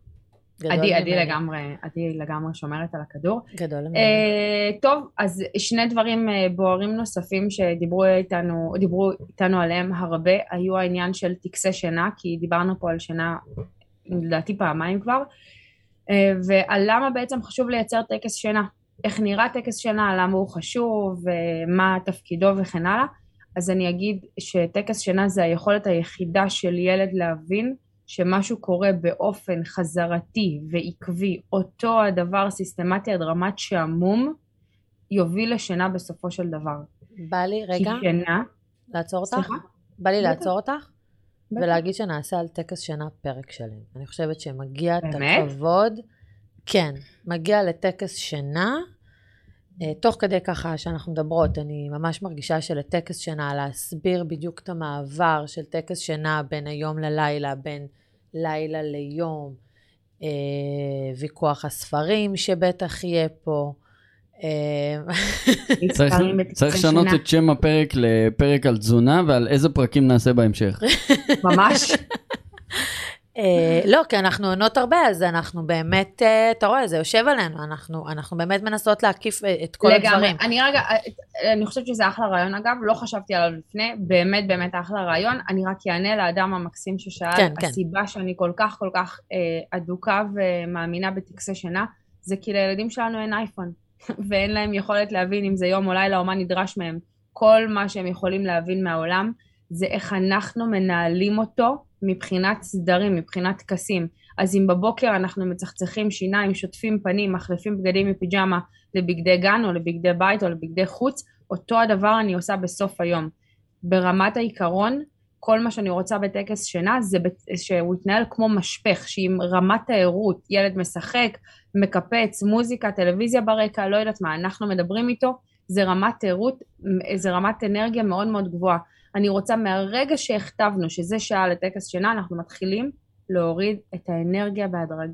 עדי לגמרי שומרת על הכדור. גדול ממני. טוב, אז שני דברים בוערים נוספים שדיברו איתנו עליהם הרבה, היו העניין של טקסי שינה, כי דיברנו פה על שינה, לדעתי פעמיים כבר, ועל למה בעצם חשוב לייצר טקס שינה. איך נראה טקס שינה, למה הוא חשוב, מה תפקידו וכן הלאה. אז אני אגיד שטקס שינה זה היכולת היחידה של ילד להבין שמשהו קורה באופן חזרתי ועקבי, אותו הדבר סיסטמטי עד רמת שעמום, יוביל לשינה בסופו של דבר. בא לי רגע לעצור אותך? סליחה? בא לי לעצור אותך ולהגיד שנעשה על טקס שינה פרק שלם. אני חושבת שמגיע את הכבוד, כן, מגיע לטקס שינה, תוך כדי ככה שאנחנו מדברות, אני ממש מרגישה שלטקס שינה, להסביר בדיוק את המעבר של טקס שינה בין היום ללילה, בין לילה ליום, ויכוח הספרים שבטח יהיה פה. צריך לשנות את שם הפרק לפרק על תזונה, ועל איזה פרקים נעשה בהמשך. ממש. לא, כי אנחנו עונות הרבה, אז אנחנו באמת, אתה רואה, זה יושב עלינו, אנחנו באמת מנסות להקיף את כל הדברים. אני חושבת שזה אחלה רעיון אגב, לא חשבתי עליו לפני, באמת אחלה רעיון, אני רק אענה לאדם המקסים ששאל, הסיבה שאני כל כך אדוקה ומאמינה בטקסי שינה, זה כי לילדים שלנו אין אייפון, ואין להם יכולת להבין אם זה יום או לילה או מה נדרש מהם. כל מה שהם יכולים להבין מהעולם, זה איך אנחנו מנהלים אותו, מבחינת סדרים, מבחינת טקסים. אז אם בבוקר אנחנו מצחצחים שיניים, שוטפים פנים, מחלפים בגדים מפיג'מה לבגדי גן או לבגדי בית או לבגדי חוץ, אותו הדבר אני עושה בסוף היום. ברמת העיקרון, כל מה שאני רוצה בטקס שינה זה שהוא יתנהל כמו משפך, שעם רמת תיירות, ילד משחק, מקפץ, מוזיקה, טלוויזיה ברקע, לא יודעת מה, אנחנו מדברים איתו, זה רמת תיירות, זה רמת אנרגיה מאוד מאוד גבוהה. אני רוצה מהרגע שהכתבנו שזה שעה לטקס שינה, אנחנו מתחילים להוריד את האנרגיה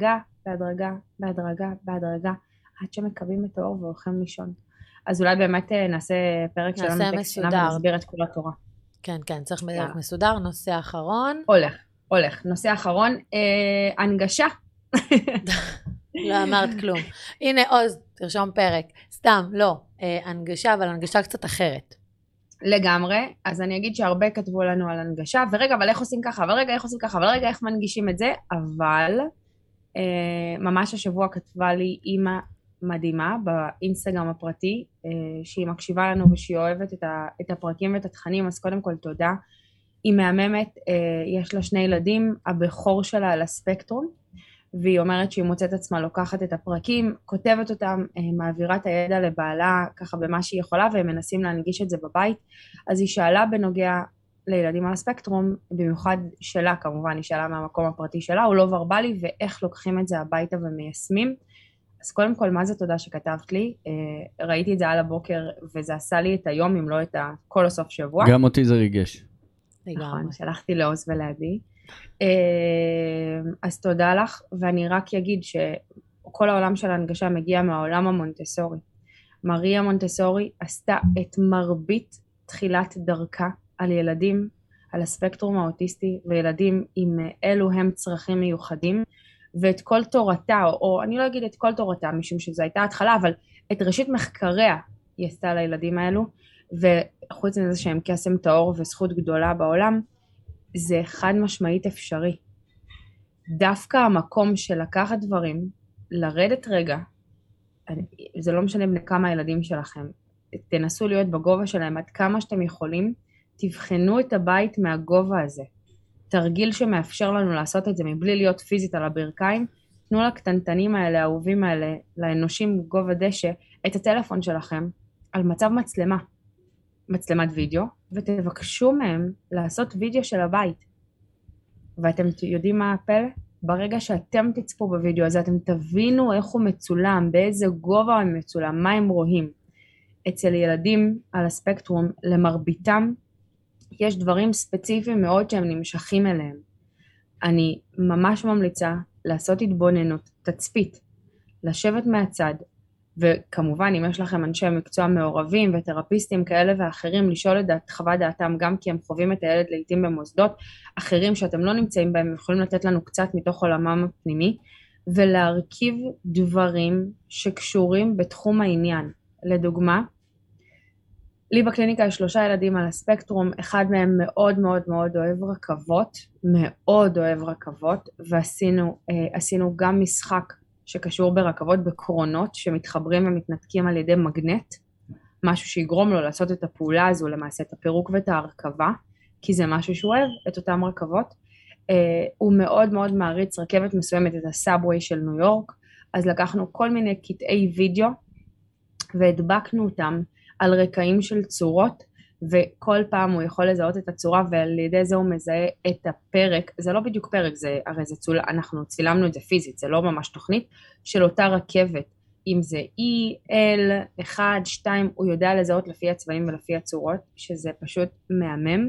בהדרגה, עד שמקבים את האור והולכים לישון. אז אולי באמת נעשה פרק שלנו לטקס שינה ונסביר את כל התורה. כן, צריך פרק מסודר. נושא אחרון. הולך. נושא אחרון, הנגשה. לא אמרת כלום. הנה עוז, תרשום פרק. סתם, לא. הנגשה, אבל הנגשה קצת אחרת. לגמרי, אז אני אגיד שהרבה כתבו לנו על הנגשה, ורגע, אבל איך עושים ככה, ורגע, איך מנגישים את זה, אבל ממש השבוע כתבה לי אימא מדהימה באינסטגרם הפרטי, שהיא מקשיבה לנו ושהיא אוהבת את הפרקים ואת התכנים, אז קודם כל תודה. היא מהממת, יש לה 2 ילדים, הבכור שלה על הספקטרום, והיא אומרת שהיא מוצאת עצמה לוקחת את הפרקים, כותבת אותם, מעבירה את הידע לבעלה ככה במה שהיא יכולה, והם מנסים להנגיש את זה בבית. אז היא שאלה בנוגע לילדים על הספקטרום, במיוחד שלה כמובן, היא שאלה מהמקום הפרטי שלה, הוא לא ורבלי, ואיך לוקחים את זה הביתה ומיישמים. אז קודם כל, מה זה תודה שכתבת לי? ראיתי את זה על הבוקר, וזה עשה לי את היום, אם לא את כל הסוף שבוע. גם אותי זה ריגש. נכון, שלחתי לעוז ולעדי. אז תודה לך, ואני רק אגיד שכל העולם של ההנגשה מגיע מהעולם המונטסורי. מריה מונטסורי עשתה את מרבית תחילת דרכה על ילדים, על הספקטרום האוטיסטי, וילדים עם אלו הם צרכים מיוחדים, ואת כל תורתה, או אני לא אגיד את כל תורתה, משום שזו הייתה התחלה, אבל את ראשית מחקריה היא עשתה לילדים האלו, וחוץ מזה שהם קסם טהור וזכות גדולה בעולם, זה חד משמעית אפשרי. דווקא המקום של לקחת דברים, לרדת רגע, זה לא משנה בני כמה הילדים שלכם, תנסו להיות בגובה שלהם עד כמה שאתם יכולים, תבחנו את הבית מהגובה הזה. תרגיל שמאפשר לנו לעשות את זה מבלי להיות פיזית על הברכיים, תנו לקטנטנים האלה, האהובים האלה, לאנושים בגובה דשא, את הטלפון שלכם על מצב מצלמה, מצלמת וידאו, ותבקשו מהם לעשות וידאו של הבית. ואתם יודעים מה הפלא? ברגע שאתם תצפו בווידאו הזה, אתם תבינו איך הוא מצולם, באיזה גובה הוא מצולם, מה הם רואים. אצל ילדים על הספקטרום, למרביתם, יש דברים ספציפיים מאוד שהם נמשכים אליהם. אני ממש ממליצה לעשות התבוננות, תצפית, לשבת מהצד, וכמובן אם יש לכם אנשי מקצוע מעורבים ותרפיסטים כאלה ואחרים, לשאול את חוות דעתם גם כי הם חווים את הילד לעתים במוסדות אחרים שאתם לא נמצאים בהם, הם יכולים לתת לנו קצת מתוך עולמם הפנימי, ולהרכיב דברים שקשורים בתחום העניין. לדוגמה, לי בקליניקה יש 3 ילדים על הספקטרום, אחד מהם מאוד מאוד מאוד אוהב רכבות, מאוד אוהב רכבות, ועשינו גם משחק שקשור ברכבות בקרונות, שמתחברים ומתנתקים על ידי מגנט, משהו שיגרום לו לעשות את הפעולה הזו, למעשה את הפירוק ואת ההרכבה, כי זה משהו שהוא אוהב, את אותם רכבות. הוא מאוד מאוד מעריץ רכבת מסוימת, את הסאבווי של ניו יורק, אז לקחנו כל מיני קטעי וידאו, והדבקנו אותם על רקעים של צורות, וכל פעם הוא יכול לזהות את הצורה, ועל ידי זה הוא מזהה את הפרק, זה לא בדיוק פרק, הרי אנחנו צילמנו את זה פיזית, זה לא ממש תוכנית, של אותה רכבת, אם זה E, L, 1, 2, הוא יודע לזהות לפי הצבעים ולפי הצורות, שזה פשוט מהמם,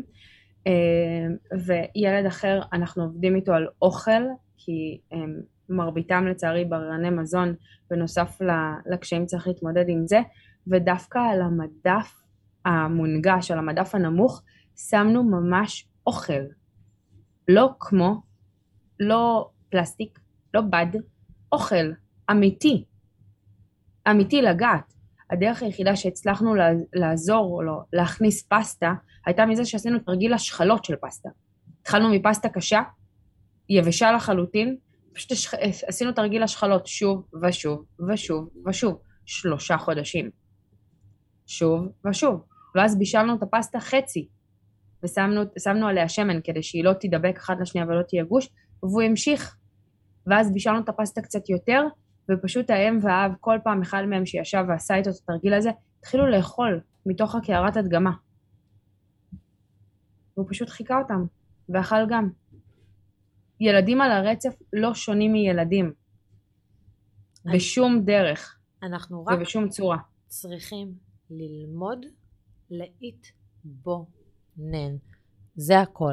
וילד אחר אנחנו עובדים איתו על אוכל, כי מרביתם לצערי בררני מזון, בנוסף לקשיים צריך להתמודד עם זה, ודווקא על המדף המונגש, על המדף הנמוך, שמנו ממש אוכל. לא פלסטיק, לא בד, אוכל אמיתי. אמיתי לגעת. הדרך היחידה שהצלחנו לעזור לו להכניס פסטה, הייתה מזה שעשינו תרגיל השחלות של פסטה. התחלנו מפסטה קשה, יבשה לחלוטין, פשוט עשינו תרגיל השחלות שוב ושוב ושוב ושוב, 3 חודשים. שוב ושוב. ואז בישלנו את הפסטה חצי, ושמנו עליה שמן כדי שהיא לא תדבק אחת לשנייה ולא תהיה גוש, והוא המשיך. ואז בישלנו את הפסטה קצת יותר, ופשוט האם והאב, כל פעם אחד מהם שישב ועשה איתו את התרגיל הזה, התחילו לאכול מתוך הקערת הדגמה. והוא פשוט חיכה אותם, ואכל גם. ילדים על הרצף לא שונים מילדים. בשום דרך. אנחנו רק ובשום צורה. צריכים ללמוד להתבונן. זה הכל.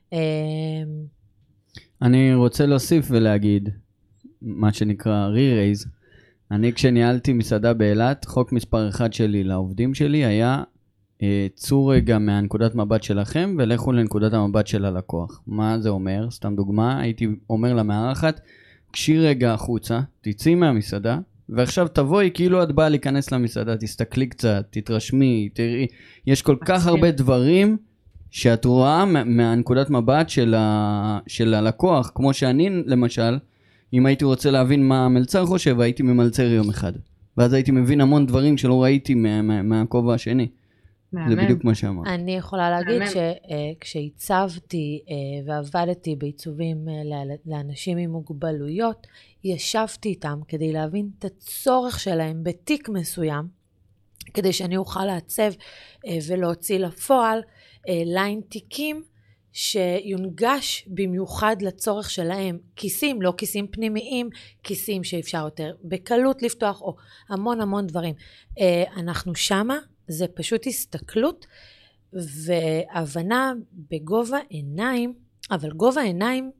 אני רוצה להוסיף ולהגיד, מה שנקרא re-raise, אני כשניהלתי מסעדה באילת, חוק מספר 1 שלי לעובדים שלי היה, צאו רגע מהנקודת מבט שלכם ולכו לנקודת המבט של הלקוח. מה זה אומר? סתם דוגמה, הייתי אומר למארחת, קשי רגע החוצה, תצאי מהמסעדה, ועכשיו תבואי כאילו את באה להיכנס למסעדה, תסתכלי קצת, תתרשמי, תראי, יש כל כך הרבה דברים שאת רואה מהנקודת מבט של הלקוח, כמו שאני למשל, אם הייתי רוצה להבין מה המלצר חושב, הייתי ממלצר יום אחד, ואז הייתי מבין המון דברים שלא ראיתי מהכובע השני. זה בדיוק מה שאמרת. אני יכולה להגיד שכשהצבתי ועבדתי בעיצובים לאנשים עם מוגבלויות, ישבתי איתם כדי להבין את הצורך שלהם בתיק מסוים, כדי שאני אוכל לעצב ולהוציא לפועל ליין תיקים שיונגש במיוחד לצורך שלהם, כיסים, לא כיסים פנימיים, כיסים שאפשר יותר בקלות לפתוח, או המון המון דברים. אנחנו שמה, זה פשוט הסתכלות והבנה בגובה עיניים, אבל גובה עיניים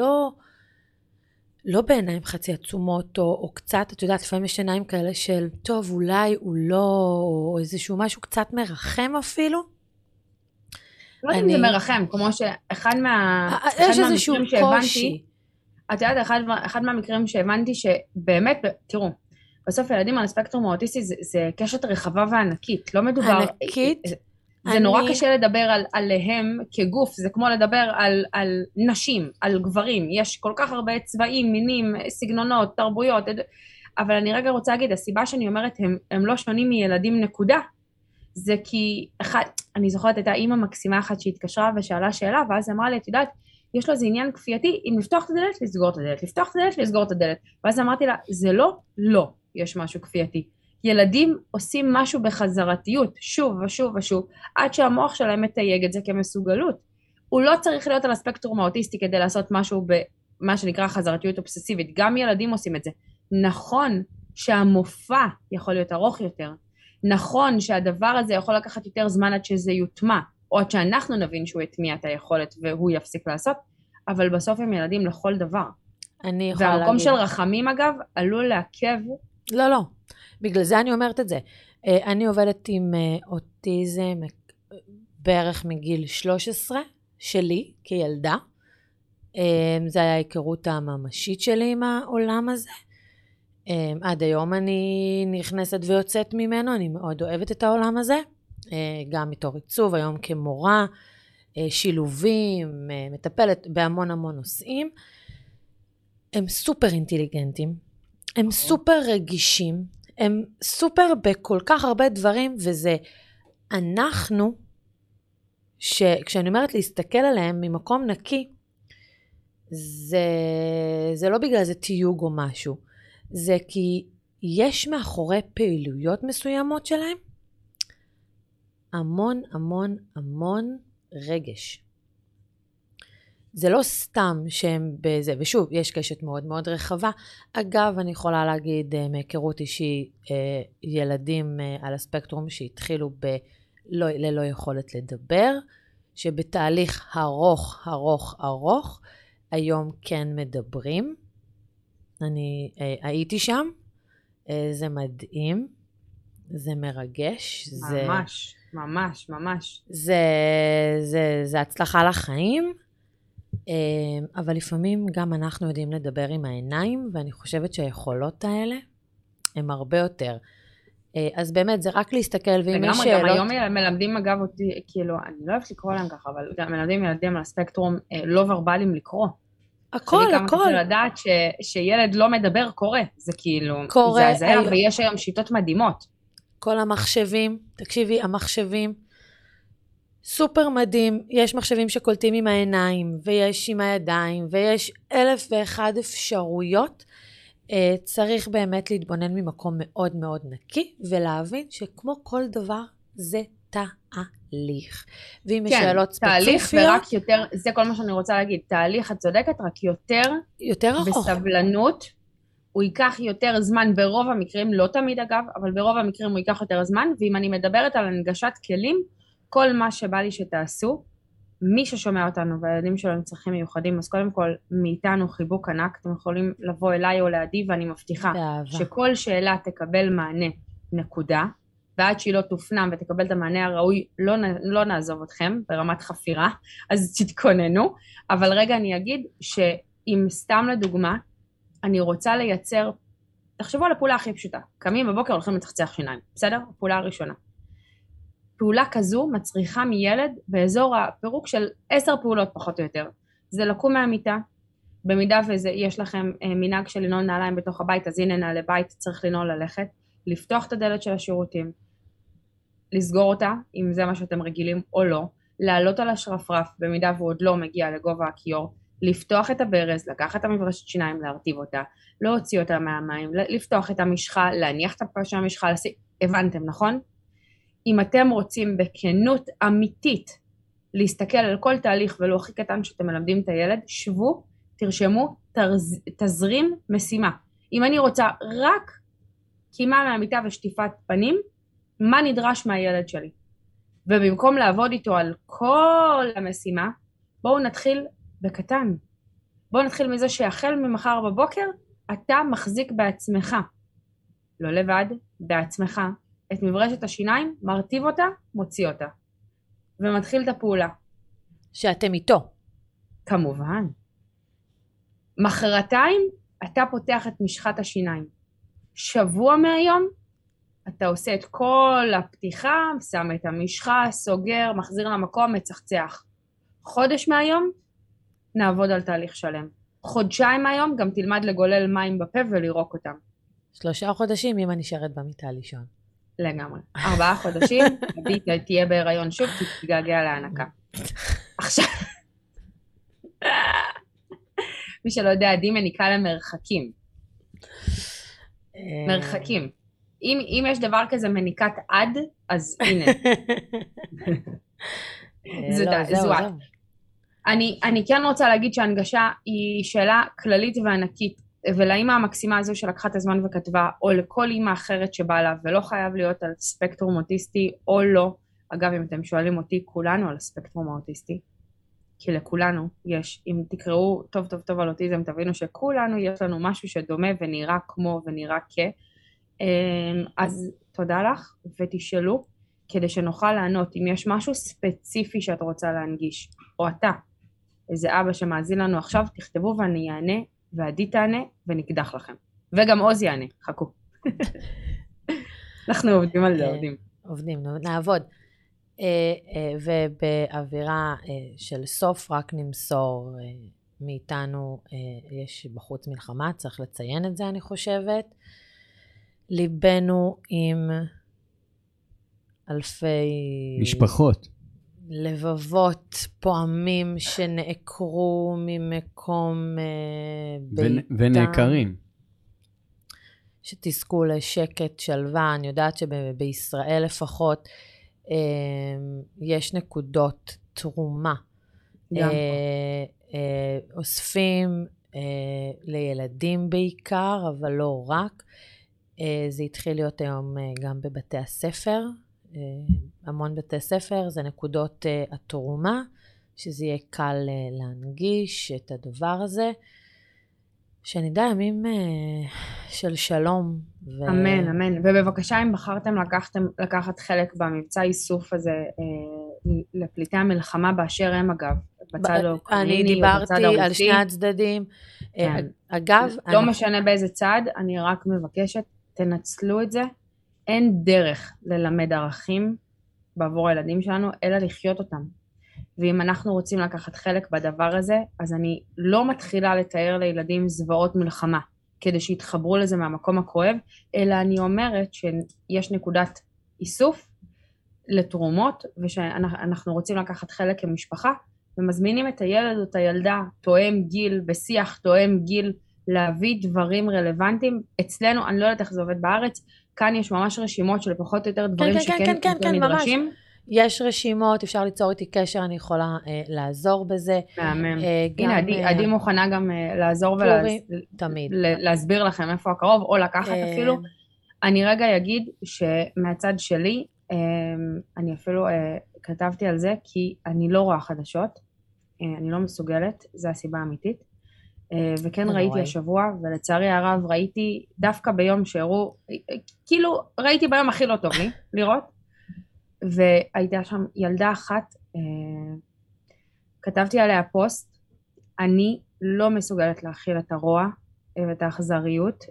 לא בעיניים חצי עצומות, או קצת, את יודעת, לפעמים יש עיניים כאלה של, טוב, אולי הוא לא, או איזשהו משהו קצת מרחם אפילו. לא יודע אם זה מרחם, כמו שאחד מהמקרים שהבנתי, את יודעת, אחד מהמקרים שהבנתי שבאמת, תראו, בסוף ילדים על הספקטרום האוטיסטי זה קשת רחבה וענקית, לא מדובר, ענקית, זה נורא קשה לדבר עליהם כגוף, זה כמו לדבר על נשים, על גברים, יש כל כך הרבה צבעים, מינים, סגנונות, תרבויות, אבל אני רגע רוצה להגיד, הסיבה שאני אומרת, הם לא שונים מילדים נקודה, זה כי, אני זוכרת, הייתה אימא מקסימה אחת שהתקשרה ושאלה שאלה, ואז אמרה לי, את יודעת, יש לו איזה עניין כפייתי, אם לפתוח את הדלת, לסגור את הדלת, לפתוח את הדלת, לסגור את הדלת. ואז אמרתי לה, זה לא יש משהו כפייתי. ילדים עושים משהו בחזרתיות, שוב ושוב ושוב, עד שהמוח שלהם מתייג את זה כמסוגלות. הוא לא צריך להיות על הספקטרום האוטיסטי כדי לעשות משהו במה שנקרא חזרתיות אובססיבית. גם ילדים עושים את זה. נכון שהמופע יכול להיות ארוך יותר. נכון שהדבר הזה יכול לקחת יותר זמן עד שזה יוטמע, או עד שאנחנו נבין שהוא יטמיע את היכולת והוא יפסיק לעשות, אבל בסוף הם ילדים לכל דבר. אני יכולה להגיד. והמקום של רחמים אגב, עלול לעכב. לא. בגלל זה אני אומרת את זה. אני עובדת עם אוטיזם בערך מגיל 13 שלי כילדה. זה היה ההיכרות הממשית שלי עם העולם הזה. עד היום אני נכנסת ויוצאת ממנו, אני מאוד אוהבת את העולם הזה. גם מתור עיצוב, היום כמורה, שילובים, מטפלת בהמון המון נושאים. הם סופר אינטליגנטים, הם סופר רגישים, הם סופר בכל כך הרבה דברים, וזה אנחנו, כשאני אומרת להסתכל עליהם ממקום נקי, זה לא בגלל זה תיוג או משהו, זה כי יש מאחורי פעילויות מסוימות שלהם, המון המון המון רגש. זה לא סתם שהם בזה, ושוב, יש קשת מאוד מאוד רחבה. אגב, אני יכולה להגיד מהיכרות אישי, ילדים על הספקטרום שהתחילו ללא יכולת לדבר, שבתהליך ארוך, היום כן מדברים. אני הייתי שם, זה מדהים, זה מרגש. ממש. זה הצלחה לחיים. אבל לפעמים גם אנחנו יודעים לדבר עם העיניים, ואני חושבת שהיכולות האלה הן הרבה יותר. אז באמת זה רק להסתכל, ואם יש שאלות... גם היום מלמדים אגב אותי, כאילו, אני לא אוהבת לקרוא להם ככה, אבל גם מלמדים ילדים על הספקטרום לא ורבליים לקרוא. הכל. קשה לדעת שילד לא מדבר קורא, זה כאילו, זה הזיה, ויש היום שיטות מדהימות. כל המחשבים, תקשיבי, המחשבים, סופר מדהים, יש מחשבים שקולטים עם העיניים, ויש עם הידיים, ויש 1,001 אפשרויות. צריך באמת להתבונן ממקום מאוד מאוד נקי, ולהבין שכמו כל דבר זה תהליך. ואם יש שאלות ספציפיות... תהליך ורק יותר, זה כל מה שאני רוצה להגיד, תהליך, את צודקת, רק יותר ארוך. בסבלנות, הוא ייקח יותר זמן ברוב המקרים, לא תמיד אגב, אבל ברוב המקרים הוא ייקח יותר זמן, ואם אני מדברת על הנגשת כלים, כל מה שבא לי שתעשו, מי ששומע אותנו והילדים שלו עם צרכים מיוחדים, אז קודם כל מאיתנו חיבוק ענק, אתם יכולים לבוא אליי או לידי, ואני מבטיחה שכל שאלה תקבל מענה, נקודה, ועד שהיא לא תופנם ותקבל את המענה הראוי, לא נעזוב אתכם ברמת חפירה, אז תתכוננו, אבל רגע אני אגיד שאם סתם לדוגמה, אני רוצה לייצר, תחשבו על הפעולה הכי פשוטה, קמים בבוקר הולכים לצחצח שיניים, בסדר? הפעולה הראשונה. פעולה כזו מצריכה מילד באזור הפירוק של 10 פעולות פחות או יותר. זה לקום מהמיטה, במידה ויש לכם מנהג של לנעול נעליים בתוך הבית, אז הנה נעלי בית, צריך לנעול ללכת, לפתוח את הדלת של השירותים, לסגור אותה, אם זה מה שאתם רגילים או לא, לעלות על השרפרף, במידה והוא עוד לא מגיע לגובה הכיור, לפתוח את הברז, לקחת את המברשת שיניים, להרטיב אותה, להוציא אותה מהמים, לפתוח את המשחה, להניח את הפרש של המשחה, הבנתם, נכון? אם אתם רוצים בכנות אמיתית להסתכל על כל תהליך ולא הכי קטן שאתם מלמדים את הילד, שבו, תרשמו, תזרים משימה. אם אני רוצה רק קימה מהמיטה ושטיפת פנים, מה נדרש מהילד שלי? ובמקום לעבוד איתו על כל המשימה, בואו נתחיל בקטן. בואו נתחיל מזה שהחל ממחר בבוקר, אתה מחזיק בעצמך, לא לבד, בעצמך, את מברשת השיניים, מרטיב אותה, מוציא אותה. ומתחיל את הפעולה. שאתם איתו. כמובן. מחרתיים, אתה פותח את משחת השיניים. שבוע מהיום, אתה עושה את כל הפתיחה, שם את המשחה, סוגר, מחזיר למקום, מצחצח. חודש מהיום, נעבוד על תהליך שלם. חודשיים מהיום, גם תלמד לגולל מים בפה ולירוק אותם. 3 חודשים, אמא נשארת במיטה לישון. לגמרי. 4 חודשים, עדי תהיה בהיריון שוב, תתגעגע להנקה. עכשיו, מי שלא יודע, עדי מניקה למרחקים. מרחקים. אם יש דבר כזה מניקת עד, אז הנה. זו את. אני כן רוצה להגיד שההנגשה היא שאלה כללית וענקית, ולאמא המקסימה הזו שלקחה את הזמן וכתבה, או לכל אמא אחרת שבאה לה, ולא חייב להיות על ספקטרום אוטיסטי או לא. אגב, אם אתם שואלים אותי, כולנו על הספקטרום האוטיסטי, כי לכולנו יש, אם תקראו טוב טוב טוב על אוטיזם, תבינו שכולנו יש לנו משהו שדומה ונראה כמו ונראה אז תודה לך ותשאלו, כדי שנוכל לענות, אם יש משהו ספציפי שאת רוצה להנגיש, או אתה, איזה אבא שמאזין לנו עכשיו, תכתבו ואני אענה, ועדי תענה, ונקדח לכם. וגם עוז יענה, חכו. אנחנו עובדים על זה, עובדים, נעבוד. ובאווירה של סוף, רק נמסור מאיתנו, יש בחוץ מלחמה, צריך לציין את זה, אני חושבת. ליבנו עם אלפי משפחות. לבבות פועמים שנעקרו ממקום ביתם. ונעקרים. שתזכו לשקט, שלווה. אני יודעת שבישראל לפחות יש נקודות תרומה. אוספים לילדים בעיקר, אבל לא רק. זה התחיל להיות היום גם בבתי הספר. המון בתי ספר, זה נקודות התרומה, שזה יהיה קל להנגיש את הדבר הזה, שנדע ימים של שלום. אמן, אמן. ובבקשה, אם בחרתם לקחת חלק במבצע איסוף הזה לפליטי המלחמה באשר הם, אגב, בצד האוקראיני אני דיברתי על שני הצדדים. אגב, לא משנה באיזה צד, אני רק מבקשת, תנצלו את זה. אין דרך ללמד ערכים בעבור הילדים שלנו, אלא לחיות אותם. ואם אנחנו רוצים לקחת חלק בדבר הזה, אז אני לא מתחילה לתאר לילדים זוועות מלחמה, כדי שיתחברו לזה מהמקום הכואב, אלא אני אומרת שיש נקודת איסוף לתרומות, ושאנחנו רוצים לקחת חלק כמשפחה, ומזמינים את הילד או את הילדה, תואם גיל, בשיח תואם גיל, להביא דברים רלוונטיים. אצלנו, אני לא יודעת איך זה עובד בארץ, כאן יש ממש רשימות של פחות או יותר דברים שכן נדרשים. ממש. יש רשימות, אפשר ליצור איתי קשר, אני יכולה לעזור בזה. מהמם. הנה, עדי מוכנה גם לעזור ולהסביר לכם איפה הקרוב, או לקחת אפילו. אני רגע אגיד שמהצד שלי, אני אפילו כתבתי על זה, כי אני לא רואה חדשות, אני לא מסוגלת, זו הסיבה האמיתית. וכן ראיתי השבוע, ולצערי הרב ראיתי דווקא ביום שהראו, כאילו ראיתי ביום הכי לא טוב לי לראות, והייתה שם ילדה אחת, כתבתי עליה פוסט, אני לא מסוגלת להכיל את הרוע ואת האכזריות.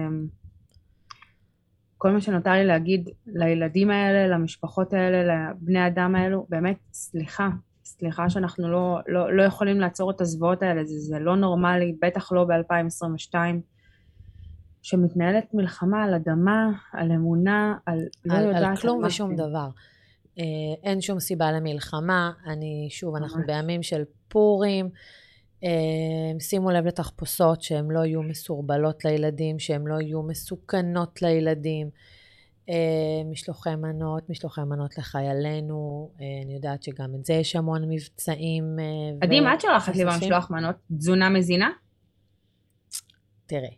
כל מה שנותר לי להגיד לילדים האלה, למשפחות האלה, לבני אדם האלו, באמת סליחה שאנחנו לא יכולים לעצור את הזוועות האלה, זה לא נורמלי, בטח לא ב-2022, שמתנהלת מלחמה על אדמה, על אמונה, על כלום ושום דבר. אין שום סיבה למלחמה, אנחנו בימים של פורים, שימו לב לתחפושות שהן לא יהיו מסורבלות לילדים, שהן לא יהיו מסוכנות לילדים, משלוחי מנות לחיילינו, אני יודעת שגם את זה יש המון מבצעים. עדי, מה את שולחת לי במשלוח מנות? תזונה מזינה? תראה.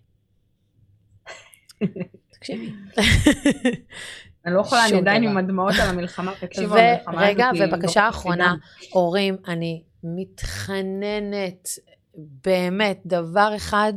תקשיבי. אני לא יכולה, אני עדיין עם הדמעות על המלחמה, תקשיבו על המלחמה. רגע, ובקשה האחרונה, הורים, אני מתחננת, באמת, דבר אחד,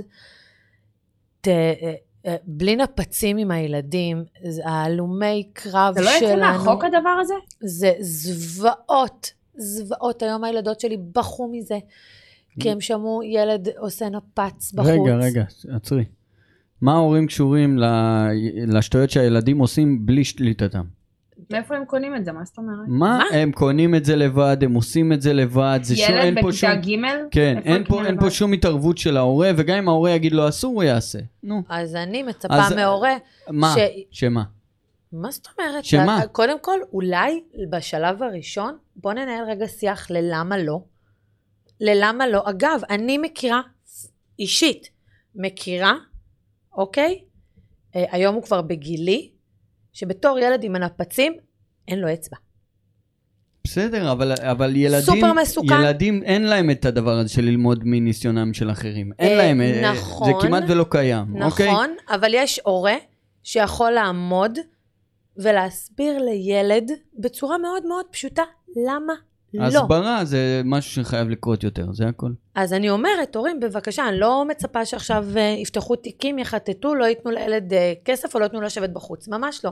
בלי נפצים עם הילדים, ההלומי קרב שלנו. זה לא יצא מהחוק הדבר הזה? זה זוועות. היום הילדות שלי בכו מזה, כי הם שמעו ילד עושה נפץ בחוץ. רגע, עצרי. מה ההורים קשורים לשטויות שהילדים עושים בלי שליטתם? מאיפה הם קונים את זה? מה זאת אומרת? מה? הם קונים את זה לבד, הם עושים את זה לבד. ילד בכיתה ג'? כן, אין פה שום התערבות של ההורה, וגם אם ההורה יגיד לו אסור, הוא יעשה. נו. אז אני מצפה מההורה... מה? שמה? מה זאת אומרת? שמה? קודם כל, אולי בשלב הראשון, בוא ננהל רגע שיח ללמה לא. ללמה לא. אגב, אני מכירה, אישית, מכירה, אוקיי? היום הוא כבר בגילי, שבתור ילד עם הנפצים, אין לו אצבע. בסדר, אבל סופר מסוכן. ילדים אין להם את הדבר הזה של ללמוד מניסיונם של אחרים. אין להם, נכון, זה כמעט ולא קיים. נכון, אוקיי? אבל יש הורה שיכול לעמוד ולהסביר לילד בצורה מאוד מאוד פשוטה, למה לא. הסברה זה משהו שחייב לקרות יותר, זה הכל. אז אני אומרת, הורים, בבקשה, אני לא מצפה שעכשיו יפתחו תיקים, יחטטו, לא ייתנו לילד כסף או לא ייתנו לשבת בחוץ, ממש לא.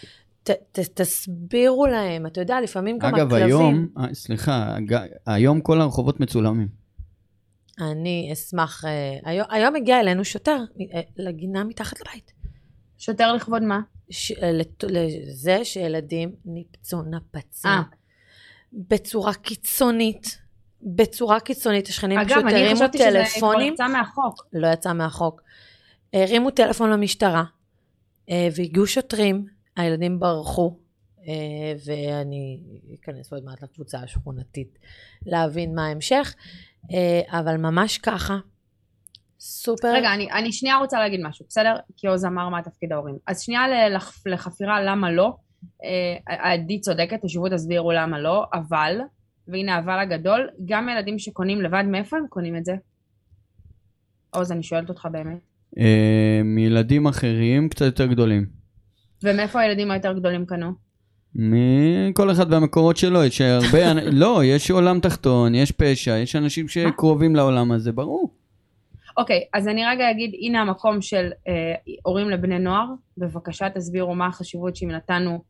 תסבירו להם, אתה יודע, לפעמים גם הכלבים. אגב, היום, סליחה, היום כל הרחובות מצולמים. אני אשמח, היום הגיע אלינו שוטר, לגינה מתחת לבית. שוטר לכבוד מה? לזה שילדים ניפצו נפצים. בצורה קיצונית, השכנים פשוט הרימו טלפונים. אגב, אני חשבתי שזה כבר יצא מהחוק. לא יצא מהחוק. הרימו טלפון למשטרה, והגיעו שוטרים, הילדים ברחו, ואני אכנס עוד מעט לקבוצה השכונתית, להבין מה ההמשך, אבל ממש ככה, סופר. רגע, אני שנייה רוצה להגיד משהו, בסדר? כי עוז אמר מה תפקיד ההורים. אז שנייה לחפירה למה לא, עדי צודקת, תשבו תסבירו למה לא, אבל, והנה אבל הגדול, גם ילדים שקונים לבד, מאיפה הם קונים את זה? עוז, אני שואלת אותך באמת. מילדים אחרים קצת יותר גדולים. ומאיפה הילדים היותר גדולים קנו? מכל אחד והמקורות שלו, יש הרבה, לא, יש עולם תחתון, יש פשע, יש אנשים שקרובים לעולם הזה, ברור. אוקיי, אז אני רגע אגיד, הנה המקום של הורים לבני נוער, בבקשה תסבירו מה החשיבות שאם נתנו,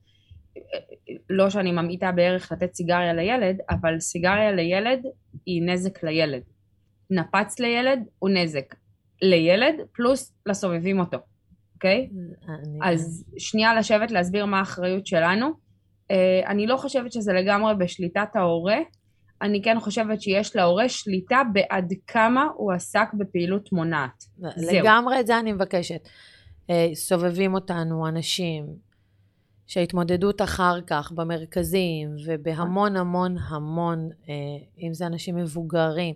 לא שאני ממעיטה בערך לתת סיגריה לילד, אבל סיגריה לילד היא נזק לילד. נפץ לילד הוא נזק לילד פלוס לסובבים אותו, אוקיי? אז שנייה לשבת להסביר מה האחריות שלנו. אני לא חושבת שזה לגמרי בשליטת ההורה, אני כן חושבת שיש להורה שליטה בעד כמה הוא עסק בפעילות מונעת. לגמרי את זה אני מבקשת. סובבים אותנו אנשים שהתמודדות אחר כך במרכזים ובהמון המון המון, אם זה אנשים מבוגרים.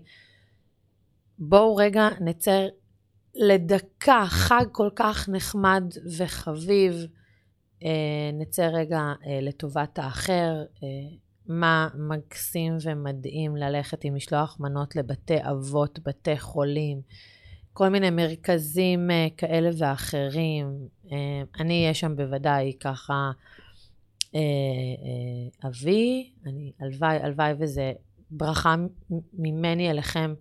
בואו רגע נצא לדקה, חג כל כך נחמד וחביב, נצא רגע לטובת האחר, מה מקסים ומדהים ללכת עם משלוח מנות לבתי אבות, בתי חולים, כל מיני מרכזים כאלה ואחרים. אני אהיה שם בוודאי ככה, אבי, הלוואי וזה ברכה ממני אליכם,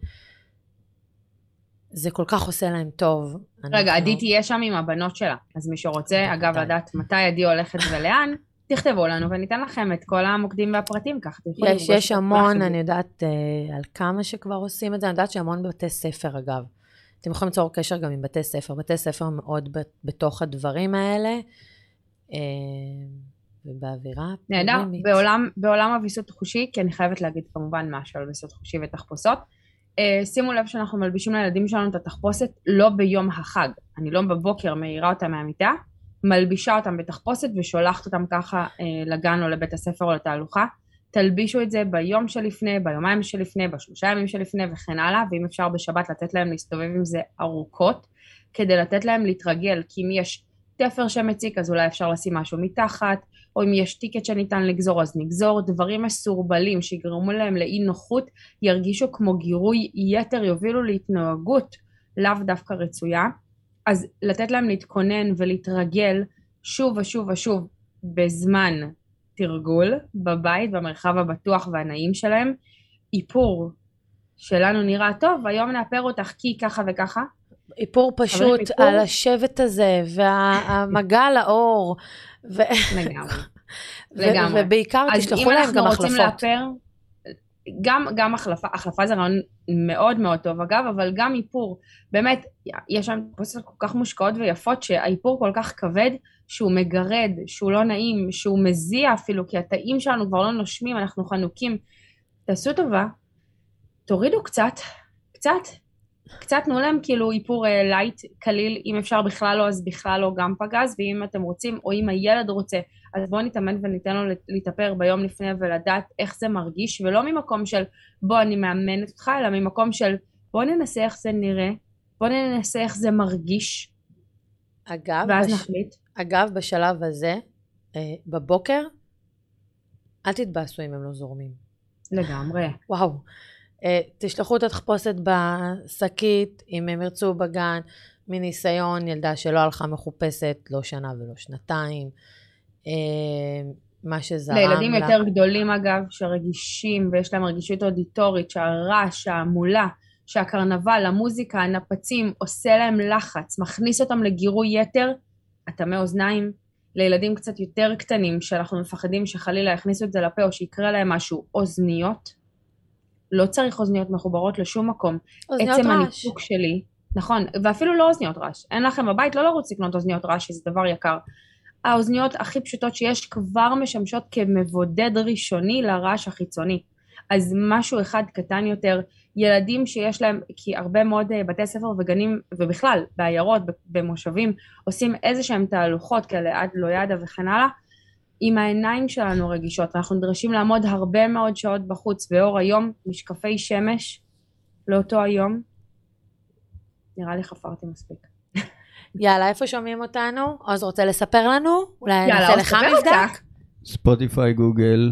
זה כל כך עושה להם טוב. רגע, עדי תהיה שם עם הבנות שלה, אז מי שרוצה, אגב, לדעת מתי עדי הולכת ולאן, תכתבו לנו וניתן לכם את כל המוקדים והפרטים כך. יש המון, אני יודעת על כמה שכבר עושים את זה, אני יודעת שהמון בתי ספר אגב. אתם יכולים ליצור קשר גם עם בתי ספר, בתי ספר מאוד בתוך הדברים האלה, ובאווירה נהדר, בעולם הוויסות חושי, כי אני חייבת להגיד כמובן משהו על ויסות חושי ותחפושות, שימו לב שאנחנו מלבישים לילדים שלנו את התחפושת לא ביום החג, אני לא בבוקר מהירה אותם מהמיטה, מלבישה אותם בתחפושת ושולחת אותם ככה לגן או לבית הספר או לתהלוכה, תלבישו את זה ביום שלפני, ביומיים שלפני, בשלושה ימים שלפני וכן הלאה, ואם אפשר בשבת לתת להם להסתובב עם זה ארוכות, כדי לתת להם להתרגל, כי אם יש תפר שמציק אז אולי אפשר לשים משהו מתחת, או אם יש טיקט שניתן לגזור אז נגזור, דברים מסורבלים שיגרמו להם לאי נוחות, ירגישו כמו גירוי יתר, יובילו להתנהגות לאו דווקא רצויה, אז לתת להם להתכונן ולהתרגל שוב ושוב ושוב בזמן תרגול בבית, במרחב הבטוח והנעים שלהם, איפור שלנו נראה טוב, היום נאפר אותך כי ככה וככה. איפור פשוט על השבט הזה והמגע לאור. לגמרי. ובעיקר תשלחו להם גם החלפות. אז אם אנחנו רוצים לאפר, גם החלפה זה רעיון מאוד מאוד טוב אגב, אבל גם איפור, באמת יש שם פוסטות כל כך מושקעות ויפות שהאיפור כל כך כבד שהוא מגרד, שהוא לא נעים, שהוא מזיע אפילו, כי התאים שלנו כבר לא נושמים, אנחנו חנוקים. תעשו טובה, תורידו קצת, קצת תנו להם כאילו איפור לייט, קליל, אם אפשר בכלל לא, אז בכלל לא גם פגז, ואם אתם רוצים, או אם הילד רוצה, אז בואו נתאמן וניתן לו להתאפר ביום לפני ולדעת איך זה מרגיש, ולא ממקום של בוא אני מאמנת אותך, אלא ממקום של בוא ננסה איך זה נראה, בוא ננסה איך זה מרגיש, ואז נחליט. אגב, בשלב הזה, בבוקר, אל תתבאסו אם הם לא זורמים. לגמרי. וואו. תשלחו את התחפושת בשקית, אם הם ירצו בגן, מניסיון, ילדה שלא הלכה מחופשת, לא שנה ולא שנתיים, מה שזרם לה. לילדים יותר גדולים אגב, שרגישים, ויש להם רגישות אודיטורית, שהרעש, שהמולה, שהקרנבל, המוזיקה, הנפצים, עושה להם לחץ, מכניס אותם לגירוי יתר, אטמי אוזניים, לילדים קצת יותר קטנים, שאנחנו מפחדים שחלילה יכניסו את זה לפה, או שיקרה להם משהו, אוזניות, לא צריך אוזניות מחוברות לשום מקום. אוזניות עצם רעש. הניתוק שלי, נכון, ואפילו לא אוזניות רעש. אין לכם בבית, לא לרוץ לקנות אוזניות רעש, שזה דבר יקר. האוזניות הכי פשוטות שיש כבר משמשות כמבודד ראשוני לרעש החיצוני. אז משהו אחד קטן יותר, ילדים שיש להם, כי הרבה מאוד בתי ספר וגנים, ובכלל, בעיירות, במושבים, עושים איזה שהם תהלוכות כאלה, עד לא ידע וכן הלאה, עם העיניים שלנו רגישות, אנחנו נדרשים לעמוד הרבה מאוד שעות בחוץ, באור היום, משקפי שמש, לאותו היום, נראה לי חפרתי מספיק. יאללה, איפה שומעים אותנו? עוז רוצה לספר לנו? אולי נעשה לך ספר מבדק? אותה. ספוטיפיי, גוגל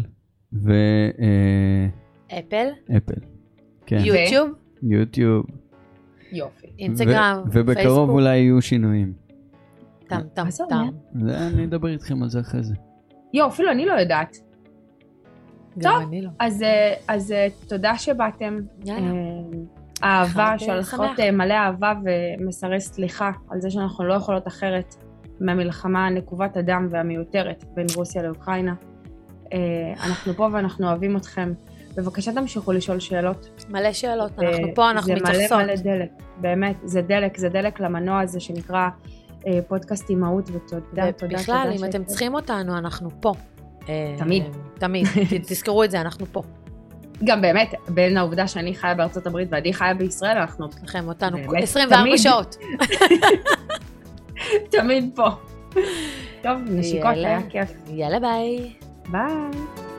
אפל, אפל. כן. יוטיוב, יוטיוב. יופי. אינסטגרם, ובקרוב פייסבוק. אולי יהיו שינויים. טם, טם, מה זה טם. אומר? אני אדבר איתכם על זה אחרי זה. אפילו אני לא יודעת. גם טוב. אני לא. אז תודה שבאתם. יאללה. אהבה, חג שהולכות שמח. מלא אהבה ומסרי סליחה על זה שאנחנו לא יכולות אחרת מהמלחמה הנקובת הדם והמיותרת בין רוסיה לאוקראינה. אנחנו פה ואנחנו אוהבים אתכם. בבקשה תמשיכו לשאול שאלות. מלא שאלות, אנחנו פה, אנחנו מתייחסות. זה מלא דלק, באמת, זה דלק למנוע הזה שנקרא פודקאסט אימהות, ותודה, תודה. בכלל, אם אתם צריכים אותנו, אנחנו פה. תמיד. תמיד, תזכרו את זה, אנחנו פה. גם באמת, בין העובדה שאני חיה בארצות הברית ועדי חיה בישראל, אנחנו לכם אותנו באמת, 24 תמיד. שעות. תמיד פה. טוב, נשיקות, יאללה. היה כיף. יאללה, ביי. ביי.